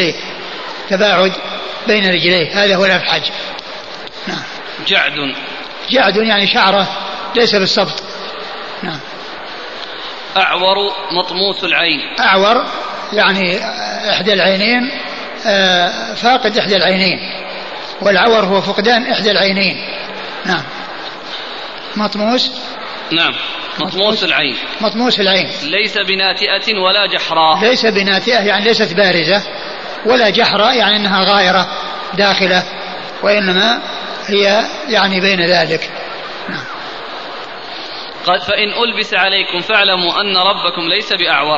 Speaker 1: بين رجليه، هذا هو الأفحج. نعم. جعد يعني شعره ليس بالسبط. نعم.
Speaker 2: أعور مطموس العين.
Speaker 1: أعور يعني إحدى العينين، فاقد إحدى العينين، والعور هو فقدان إحدى العينين. نعم. مطموس.
Speaker 2: نعم. مطموس العين ليس بناتئة ولا جحراء.
Speaker 1: ليس بناتئة يعني ليست بارزة، ولا جحراء يعني أنها غائرة داخلة، وإنما هي يعني بين ذلك. نعم.
Speaker 2: قال: فإن ألبس عليكم فاعلموا أن ربكم ليس بأعور.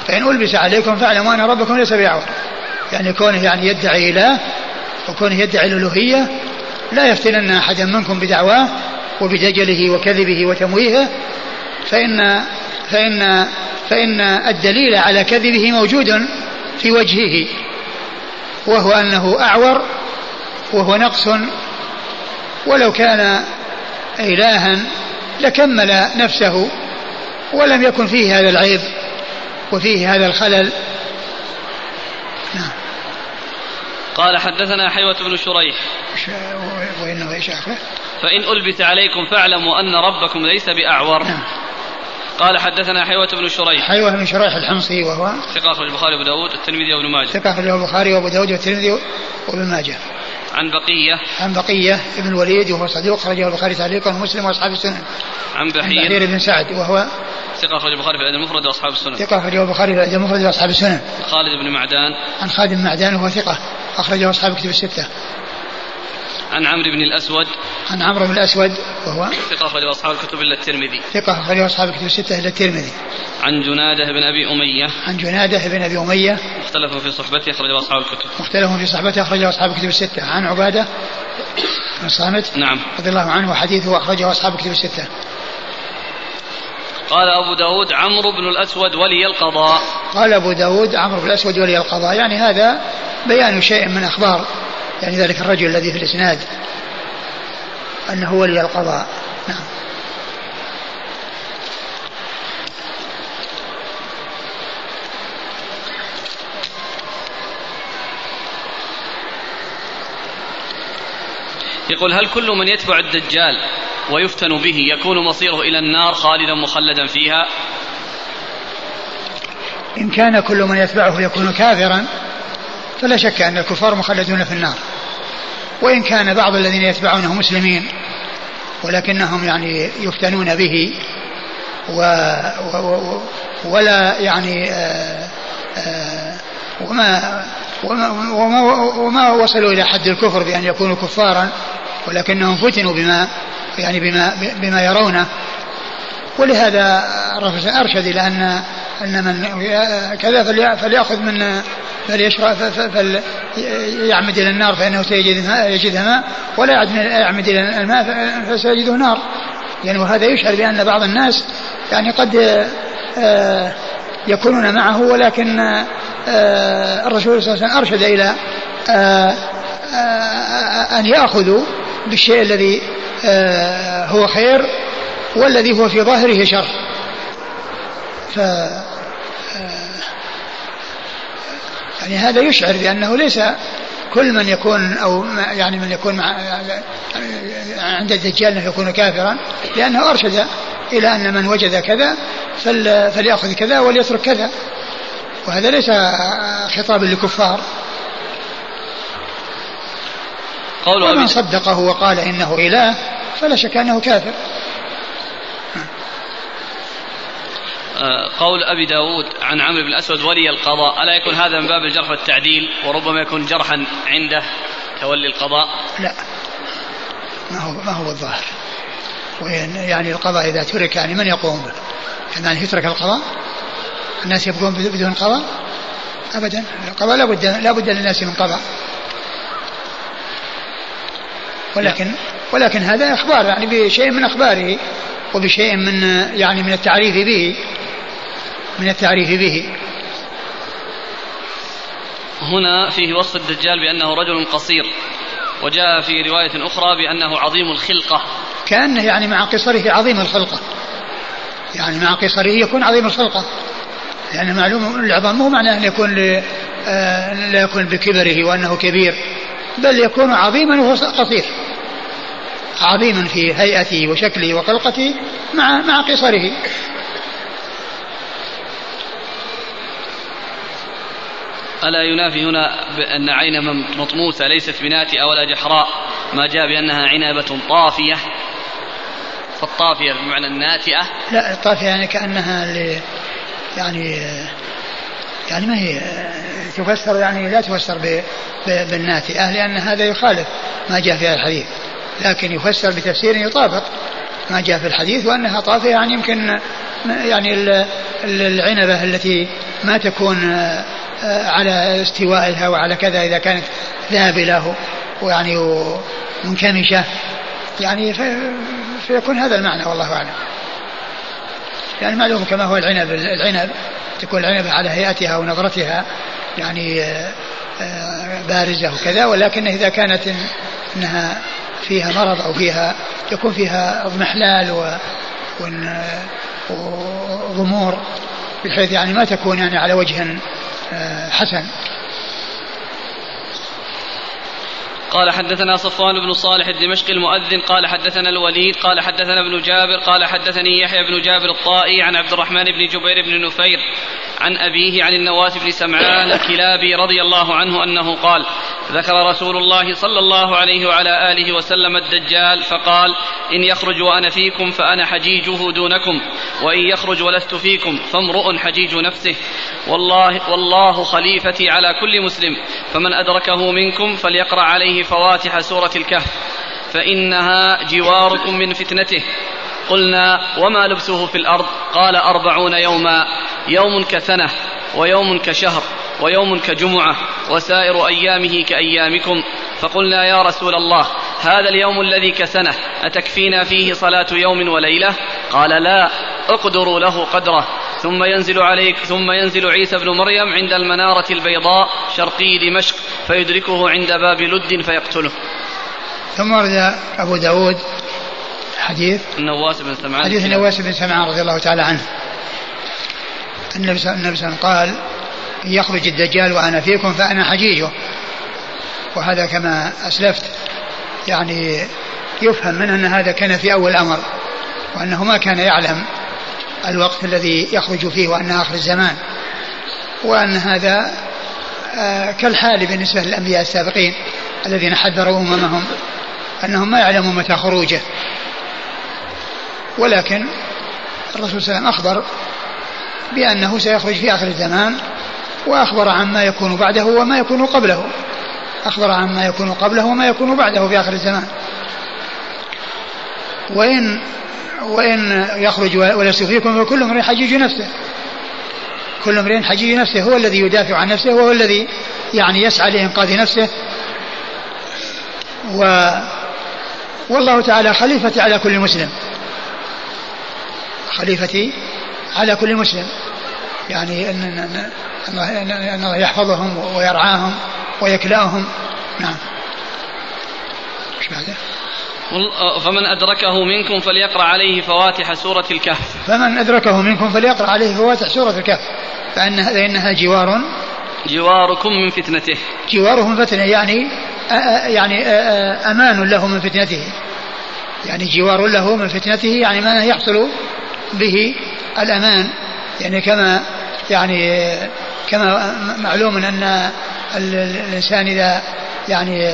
Speaker 2: يعني كونه يعني يدعي إله وكونه يدعي الألوهية، لا يفتنن أحدا منكم بدعواه وبدجله وكذبه وتمويهه، فإن الدليل على كذبه موجود في وجهه، وهو أنه أعور، وهو نقص، ولو كان إلها لكمل نفسه ولم يكن فيه هذا العيب وفيه هذا الخلل. نعم. قال حدثنا حيوة بن شريح
Speaker 1: أنه إيش آخره؟
Speaker 2: فإن ألبس عليكم فاعلموا أن ربكم ليس بأعور.
Speaker 1: نعم.
Speaker 2: قال حدثنا حيوة بن شريح.
Speaker 1: حيوة بن شريح الحمصي وهو
Speaker 2: ثقة أخرج البخاري وأبو داود والترمذي وابن ماجه.
Speaker 1: ثقة أخرج البخاري وأبو داود والترمذي وابن ماجه.
Speaker 2: عن
Speaker 1: بقية ابن الوليد وهو صديق أخرجه البخاري تعليقا ومسلم وأصحاب السنن.
Speaker 2: عن بحير
Speaker 1: بن سعد وهو
Speaker 2: ثقة أخرج البخاري في الأدب المفرد وأصحاب السنن.
Speaker 1: ثقة أخرجه البخاري في الأدب المفرد وأصحاب السنن.
Speaker 2: خالد بن معدان.
Speaker 1: عن خالد بن معدان وهو ثقة أخرجه أصحاب كتب الستة.
Speaker 2: عن عمرو بن الأسود.
Speaker 1: عن عمرو بن الأسود وهو
Speaker 2: ثقة أخرجه أصحاب الكتب إلا الترمذي.
Speaker 1: ثقة أخرجه أصحاب الكتب الستة إلا الترمذي.
Speaker 2: عن جنادة بن أبي أمية.
Speaker 1: عن جنادة بن أبي أمية.
Speaker 2: مختلف في صحبته أخرجه أصحاب الكتب.
Speaker 1: مختلف في صحبته أخرجه أصحاب الكتب الستة. عن عبادة بن الصامت.
Speaker 2: نعم.
Speaker 1: رضي الله عنه وحديثه أخرجه أصحاب الكتب الستة.
Speaker 2: قال أبو داود عمرو بن الأسود ولي القضاء.
Speaker 1: قال أبو داود عمرو بن الأسود ولي القضاء، يعني هذا بيان شيء من أخبار يعني ذلك الرجل الذي في الإسناد أنه ولي القضاء. نعم.
Speaker 2: يقول هل كل من يتبع الدجال ويفتن به يكون مصيره إلى النار خالدا مخلدا فيها؟
Speaker 1: إن كان كل من يتبعه يكون كافرا فلا شك أن الكفار مخلدون في النار، وإن كان بعض الذين يتبعونه مسلمين ولكنهم يعني يفتنون به ولا يعني وما وصلوا إلى حد الكفر بأن يكونوا كفارا، ولكنهم فتنوا بما يرونه. ولهذا أرشد إلى أن من كذا فليأخذ من فليعمد إلى النار فإنه سيجدها ماء، ولا يعمد إلى الماء فسيجده نار. يعني وهذا يشعر بأن بعض الناس يعني قد يكونون معه، ولكن الرسول صلى الله عليه وسلم أرشد إلى أن يأخذوا بالشيء الذي هو خير والذي هو في ظاهره شر. يعني هذا يشعر بأنه ليس كل من يكون أو يعني من يكون عند الدجال أنه يكون كافرا، لأنه أرشد إلى أن من وجد كذا فليأخذ كذا وليترك كذا، وهذا ليس خطاب للكفار. ومن صدقه وقال إنه إله فلا شك أنه كافر.
Speaker 2: قول أبي داود عن عمرو بن الأسود ولي القضاء، ألا يكون هذا من باب الجرح والتعديل وربما يكون جرحا عنده تولي القضاء؟
Speaker 1: لا، ما هو الظاهر. يعني القضاء إذا ترك يعني من يقوم به؟ يعني يترك القضاء؟ الناس يبقون بدون قضاء؟ أبدا، القضاء لا بد للناس من قضاء. ولكن هذا إخبار يعني بشيء من أخباره وبشيء من يعني من التعريف به.
Speaker 2: هنا فيه وصف الدجال بأنه رجل قصير، وجاء في رواية أخرى بأنه عظيم الخلقة،
Speaker 1: كأنه يعني مع قصره عظيم الخلقة، يعني مع قصره يكون عظيم الخلقة، لأن يعني معلوم العظام مو معناه أن يكون لا يكون بكبره وأنه كبير، بل يكون عظيما وهو قصير، عظيما في هيئته وشكله وخلقته مع قصره.
Speaker 2: ألا ينافي هنا بأن عين مطموسة ليست بناتئة ولا جحراء ما جاء بأنها عنبة طافية؟ فالطافية بمعنى الناتئة؟
Speaker 1: لا، الطافية يعني كأنها يعني ما هي تفسر، يعني لا تفسر بالناتئة، لأن هذا يخالف ما جاء في الحديث، لكن يفسر بتفسير يطابق ما جاء في الحديث، وأنها طافية يعني يمكن يعني العنبة التي ما تكون على استوائها وعلى كذا إذا كانت ذابلة ويعني منكمشة، يعني فيكون هذا المعنى والله أعلم. يعني معلوم كما هو العنب تكون العنبة على هيئتها ونظرتها يعني بارزة وكذا، ولكن إذا كانت إنها فيها مرض أو يكون فيها اضمحلال وضمور، بحيث يعني ما تكون يعني على وجه حسن.
Speaker 2: قال حدثنا صفوان بن صالح الدمشقي المؤذن قال حدثنا الوليد قال حدثنا ابن جابر قال حدثني يحيى بن جابر الطائي عن عبد الرحمن بن جبير بن نفير عن أبيه عن النواس بن سمعان الكلابي رضي الله عنه أنه قال ذكر رسول الله صلى الله عليه وعلى آله وسلم الدجال فقال إن يخرج وأنا فيكم فأنا حجيجه دونكم وإن يخرج ولست فيكم فامرؤ حجيج نفسه والله خليفتي على كل مسلم فمن أدركه منكم فليقرأ عليه فواتح سورة الكهف فإنها جواركم من فتنته. قلنا وما لبثه في الأرض؟ قال 40 يوما، يوم كسنة ويوم كشهر ويوم كجمعة وسائر أيامه كأيامكم. فقلنا يا رسول الله هذا اليوم الذي كسنة أتكفينا فيه صلاة يوم وليلة؟ قال لا، اقدروا له قدره ثم ينزل عيسى بن مريم عند المنارة البيضاء شرقي دمشق فيدركه عند باب لد فيقتله.
Speaker 1: ثم ورد أبو داود حديث النواس بن سمعان رضي الله تعالى عنه النبي صلى الله عليه وسلم قال يخرج الدجال وأنا فيكم فأنا حجيجه، وهذا كما أسلفت يعني يفهم منه أن هذا كان في أول الأمر، وأنه ما كان يعلم الوقت الذي يخرج فيه وأن آخر الزمان، وأن هذا كالحال بالنسبة للأنبياء السابقين الذين حذروا أممهم أنهم ما يعلمون متى خروجه. ولكن الرسول صلى الله عليه وسلم أخبر بأنه سيخرج في آخر الزمان، وأخبر عما يكون بعده وما يكون قبله، أخبر عما يكون قبله وما يكون بعده في آخر الزمان. وإن يخرج ولست فيكم فكل امرئ حجيج نفسه، كل امرئ حجيج نفسه، هو الذي يدافع عن نفسه وهو الذي يعني يسعى لإنقاذ نفسه. والله تعالى خليفتي على كل مسلم، خليفتي على كل مسلم، يعني أن الله يحفظهم ويرعاهم ويكلأهم. نعم. مش بعده؟
Speaker 2: فمن أدركه منكم فليقرأ عليه فواتح سورة الكهف.
Speaker 1: فمن أدركه منكم فليقرأ عليه فواتح سورة الكهف فإنها
Speaker 2: جواركم من فتنته.
Speaker 1: جواره من فتنته يعني أمان له من فتنته، يعني جوار له من فتنته يعني ما يحصل به الأمان، يعني كما معلوم أن الإنسان إذا يعني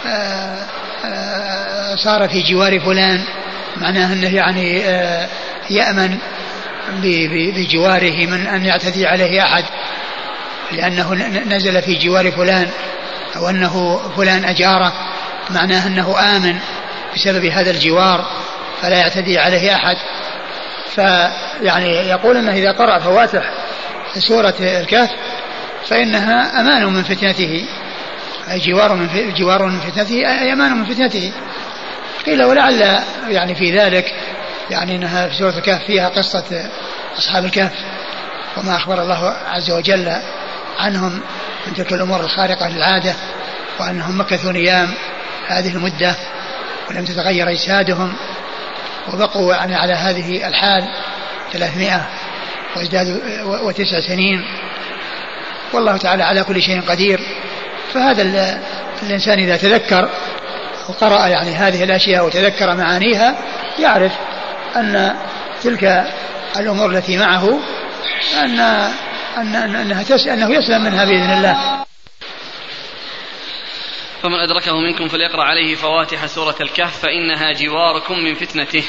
Speaker 1: صار في جوار فلان معناه أنه يعني يأمن بجواره من أن يعتدي عليه أحد، لأنه نزل في جوار فلان، أو أنه فلان أجاره معناه أنه آمن بسبب هذا الجوار فلا يعتدي عليه أحد. فيعني يقول أنه إذا قرأ فواتح سورة الكهف فإنها أمان من فتنته، جوار من فتنته أي أمان من فتنته. قيل ولعل يعني في ذلك يعني أنها في سورة الكهف فيها قصة أصحاب الكهف وما أخبر الله عز وجل عنهم من تلك الأمور الخارقة للعادة، وأنهم مكثوا نيام هذه المدة ولم تتغير أجسادهم وبقوا يعني على هذه الحال 309 سنين، والله تعالى على كل شيء قدير. فهذا الإنسان إذا تذكر وقرأ يعني هذه الأشياء وتذكر معانيها يعرف أن تلك الأمور التي معه أنه يسلم منها بإذن الله.
Speaker 2: فمن أدركه منكم فليقرأ عليه فواتح سورة الكهف فإنها جواركم من فتنته.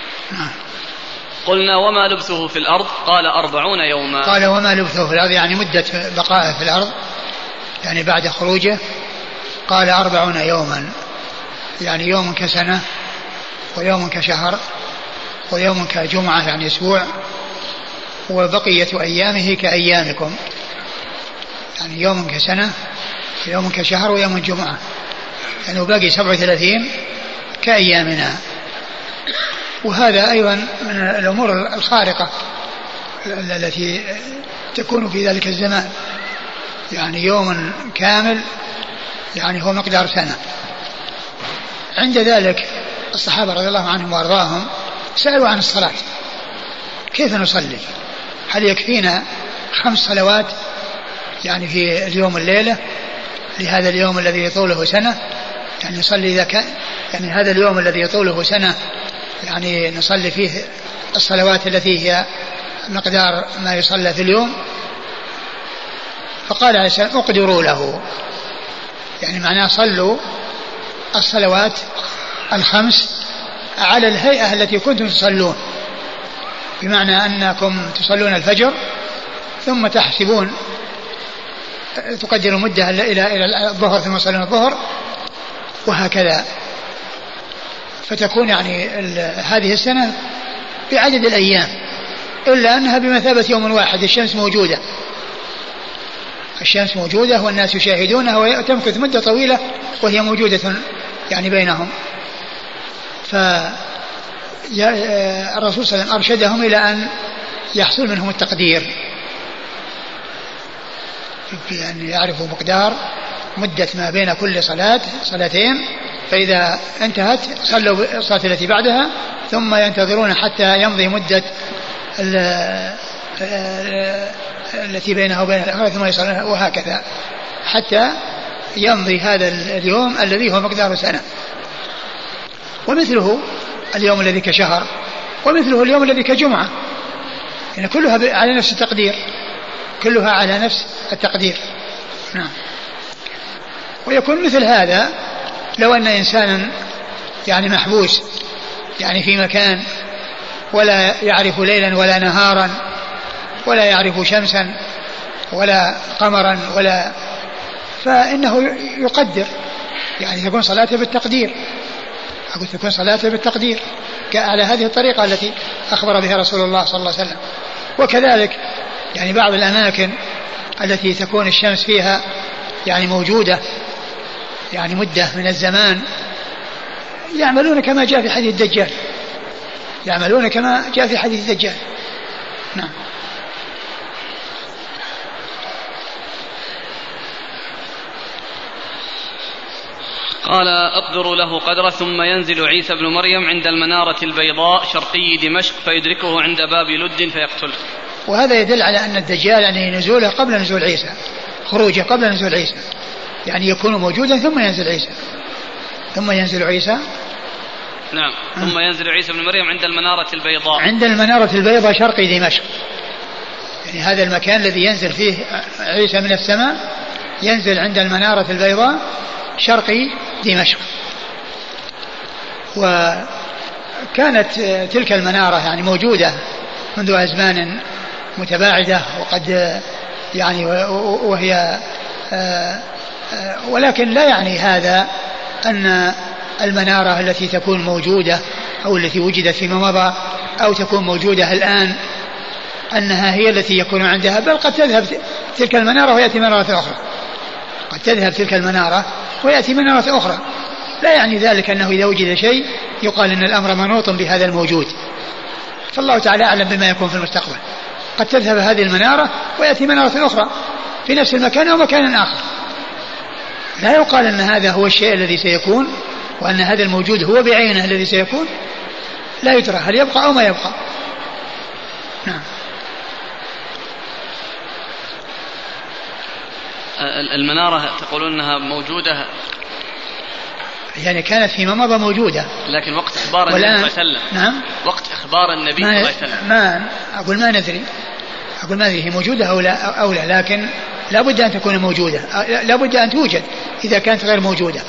Speaker 2: قلنا وما لبثه في الأرض؟ قال 40 يوما.
Speaker 1: قال وما لبثه في الأرض يعني مدة بقائه في الأرض يعني بعد خروجه، قال 40 يوما يعني يوم كسنة ويوم كشهر ويوم كجمعة يعني أسبوع، وبقية أيامه كأيامكم، يعني يوم كسنة ويوم كشهر ويوم جمعة، يعني باقي 37 كأيامنا. وهذا أيضا من الأمور الخارقة التي تكون في ذلك الزمان، يعني يوم كامل يعني هو مقدار سنة. عند ذلك الصحابة رضي الله عنهم وأرضاهم سألوا عن الصلاة، كيف نصلي؟ هل يكفينا 5 صلوات يعني في اليوم الليلة لهذا اليوم الذي يطوله سنة، يعني نصلي إذا كان يعني هذا اليوم الذي يطوله سنة يعني نصلي فيه الصلوات التي هي مقدار ما يصلى في اليوم. فقال عليه السلام اقدروا له، يعني معناه صلوا الصلوات الخمس على الهيئة التي كنتم تصلون، بمعنى أنكم تصلون الفجر ثم تحسبون تقدروا مدة إلى الظهر ثم تصلون الظهر وهكذا، فتكون يعني هذه السنة بعدد الأيام، إلا أنها بمثابة يوم واحد. الشمس موجودة والناس يشاهدونها وتمكث مدة طويلة وهي موجودة يعني بينهم. فالرسول صلى الله عليه وسلم أرشدهم إلى أن يحصل منهم التقدير، بأن يعرفوا مقدار مدة ما بين كل صلاتين، فإذا انتهت صلوا الصلاة التي بعدها ثم ينتظرون حتى يمضي مدة التي بينها وبين الآخرة ثم يصلونها، وهكذا حتى يمضي هذا اليوم الذي هو مقدار سنة. ومثله اليوم الذي كشهر، ومثله اليوم الذي كجمعة، يعني كلها على نفس التقدير، كلها على نفس التقدير. نعم. ويكون مثل هذا لو أن إنسانا يعني محبوس يعني في مكان ولا يعرف ليلا ولا نهارا ولا يعرف شمسا ولا قمرا فإنه يقدر، يعني تكون صلاته بالتقدير، تكون صلاته بالتقدير على هذه الطريقة التي أخبر بها رسول الله صلى الله عليه وسلم. وكذلك يعني بعض الأماكن التي تكون الشمس فيها يعني موجودة يعني مدة من الزمان يعملون كما جاء في حديث الدجال، نعم.
Speaker 2: قال اقدروا له قدره ثم ينزل عيسى بن مريم عند المنارة البيضاء شرقي دمشق فيدركه عند باب لد فيقتله.
Speaker 1: وهذا يدل على أن الدجال يعني نزوله قبل نزول عيسى، خروجه قبل نزول عيسى، يعني يكون موجودا ثم ينزل عيسى.
Speaker 2: نعم. ثم ينزل عيسى بن مريم عند
Speaker 1: المنارة البيضاء شرقي دمشق، يعني هذا المكان الذي ينزل فيه عيسى من السماء ينزل عند المنارة البيضاء شرقي دمشق. وكانت تلك المنارة يعني موجودة منذ أزمان متباعدة، وقد يعني وهي ولكن لا يعني هذا أن المنارة التي تكون موجودة أو التي وجدت فيما مضى أو تكون موجودة الآن أنها هي التي يكون عندها، بل قد تذهب تلك المنارة ويأتي منارة أخرى، لا يعني ذلك أنه إذا وجد شيء يقال أن الأمر منوط بهذا الموجود، فالله تعالى أعلم بما يكون في المستقبل. قد تذهب هذه المنارة ويأتي منارة أخرى في نفس المكان أو مكان آخر، لا يقال أن هذا هو الشيء الذي سيكون وأن هذا الموجود هو بعينه الذي سيكون، لا يدرى هل يبقى أو ما يبقى. نعم.
Speaker 2: المنارة تقولون أنها موجودة،
Speaker 1: يعني كانت فيما مضى موجودة،
Speaker 2: لكن وقت إخبار النبي صلى الله عليه وسلم.
Speaker 1: نعم.
Speaker 2: وقت إخبار النبي صلى الله عليه وسلم
Speaker 1: ما ندري هي موجودة أو لا، لكن لا بد أن تكون موجودة، لا بد أن توجد إذا كانت غير موجودة،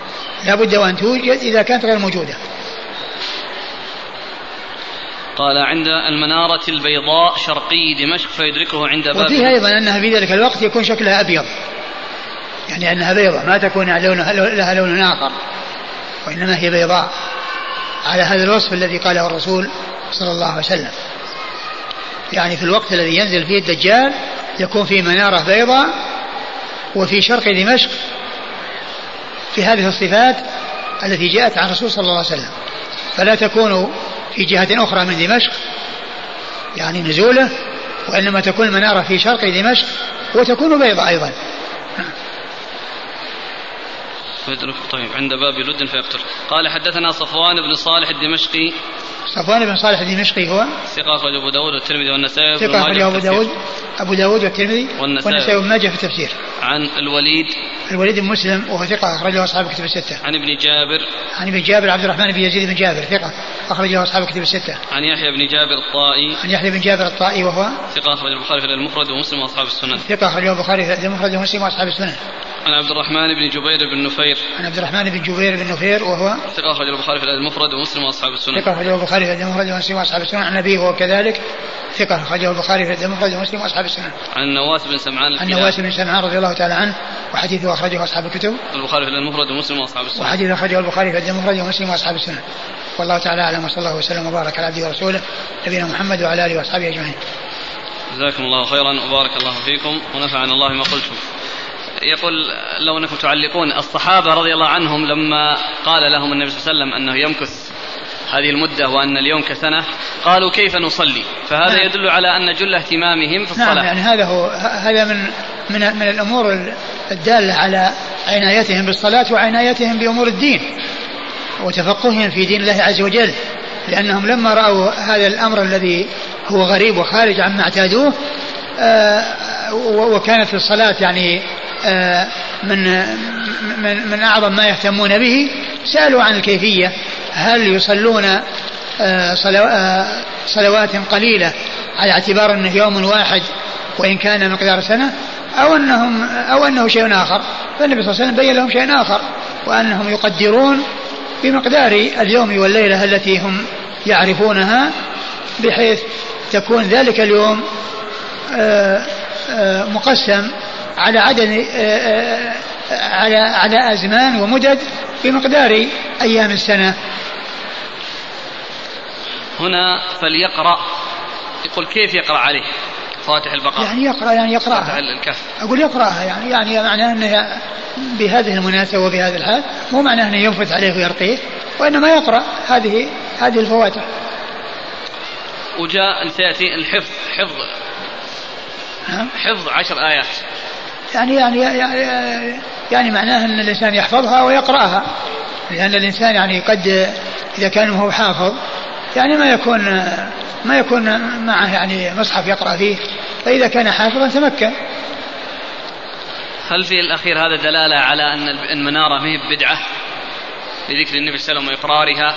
Speaker 2: قال عند المنارة البيضاء شرقي دمشق فيدركه عند باب.
Speaker 1: وفيها أيضا أنها في ذلك الوقت يكون شكلها أبيض، يعني أنها بيضاء ما تكون لها لون آخر، وإنما هي بيضاء على هذا الوصف الذي قاله الرسول صلى الله عليه وسلم. يعني في الوقت الذي ينزل فيه الدجال يكون في منارة بيضاء وفي شرق دمشق في هذه الصفات التي جاءت عن الرسول صلى الله عليه وسلم، فلا تكون في جهة أخرى من دمشق يعني نزوله، وإنما تكون المنارة في شرق دمشق وتكون بيضاء أيضا.
Speaker 2: طيب عند باب لد فيقتل. قال حدثنا صفوان بن صالح الدمشقي.
Speaker 1: صفوان بن صالح الدمشقي هو
Speaker 2: ثقة أخرج أبو داود والترمذي والنسائي
Speaker 1: أبو داود والترمذي والنسائي وابن ماجه في التفسير.
Speaker 2: عن الوليد
Speaker 1: الوليد بن مسلم وهو ثقة أخرج له أصحاب الكتب الستة.
Speaker 2: عن ابن جابر.
Speaker 1: عن ابن جابر عبد الرحمن بن يزيد بن جابر ثقة أخرج له أصحاب الكتب الستة.
Speaker 2: عن يحيى بن جابر الطائي.
Speaker 1: عن يحيى بن جابر الطائي وهو
Speaker 2: ثقة أخرج البخاري في المفرد ومسلم وأصحاب السنن.
Speaker 1: ثقة أخرج البخاري في المفرد ومسلم وأصحاب السنن.
Speaker 2: عن عبد الرحمن بن جبير بن نفير.
Speaker 1: عن عبد الرحمن بن جبير بن نفير وهو
Speaker 2: ثقة أخرج البخاري في المفرد ومسلم وأصحاب السنن.
Speaker 1: ثقة أخرجه البخاري في المفرد ومسلم وأصحاب السنن. عن أبيه وهو كذلك ثقة أخرجه البخاري في المفرد ومسلم وأصحاب السنن.
Speaker 2: عن النواس بن سمعان.
Speaker 1: عن النواس بن سمعان رضي الله تعالى عنه وحديثه أخرجه أصحاب الكتب.
Speaker 2: البخاري في المفرد ومسلم وأصحاب السنن.
Speaker 1: وحديث أخرجه البخاري في المفرد ومسلم وأصحاب السنن. والله تعالى أعلم وصلى الله وسلم وبارك على عبده ورسوله نبينا محمد وعلى آله وأصحابه أجمعين.
Speaker 2: جزاكم الله خيرا وبارك الله فيكم ونفعنا الله ما قلتم. يقول لو أنكم تعلقون الصحابة رضي الله عنهم لما قال لهم النبي صلى الله عليه وسلم أنه يمكث هذه المدة وأن اليوم كسنة قالوا كيف نصلي؟ فهذا
Speaker 1: نعم.
Speaker 2: يدل على أن جل اهتمامهم في الصلاة.
Speaker 1: نعم يعني هذا من الأمور الدالة على عنايتهم بالصلاة وعنايتهم بأمور الدين وتفقههم في دين الله عز وجل، لأنهم لما رأوا هذا الأمر الذي هو غريب وخارج عما اعتادوه وكانت الصلاة يعني من أعظم ما يهتمون به سألوا عن الكيفية، هل يصلون صلوات قليلة على اعتبار أنه يوم واحد وإن كان مقدار سنة أو أنه شيء آخر. فالنبي صلى الله عليه وسلم بين لهم شيء آخر وأنهم يقدرون بمقدار اليوم والليلة التي هم يعرفونها بحيث تكون ذلك اليوم مقسم على عدد على أزمان ومدد بمقدار أيام السنة.
Speaker 2: هنا فليقرأ، يقول كيف يقرأ عليه فاتح البقرة؟
Speaker 1: يعني يقرأها
Speaker 2: فاتح الكهف.
Speaker 1: أقول يقرأها يعني معناه أنه بهذه المناسبة وبهذا الحال مو معناه أنه ينفث عليه ويرقيه، وإنما يقرأ هذه الفواتح.
Speaker 2: وجاء سيأتي الحفظ حفظ 10 آيات
Speaker 1: يعني معناه أن الإنسان يحفظها ويقرأها، لأن الإنسان يعني قد إذا كان هو حافظ يعني ما يكون معه يعني مصحف يقرأ فيه، فإذا كان حافظا تمكن.
Speaker 2: هل في الأخير هذا دلالة على أن المنارة ما هي بدعة لذكر النبي صلى الله عليه وسلم وإقرارها؟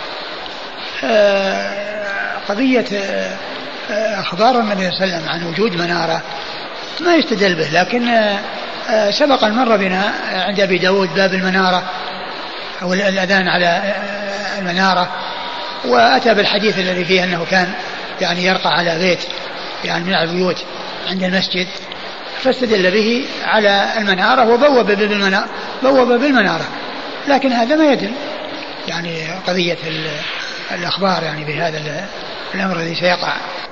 Speaker 1: قضية أخبار النبي صلى الله عليه وسلم عن وجود منارة ما يستدل به، لكن سبق مر بنا عند أبي داود باب المنارة أو الأذان على المنارة، وأتى بالحديث الذي فيه أنه كان يعني يرقى على بيت يعني من البيوت عند المسجد فاستدل به على المنارة وبوب بالمنارة، لكن هذا ما يدل يعني قضية الأخبار يعني بهذا الأمر الذي سيقع.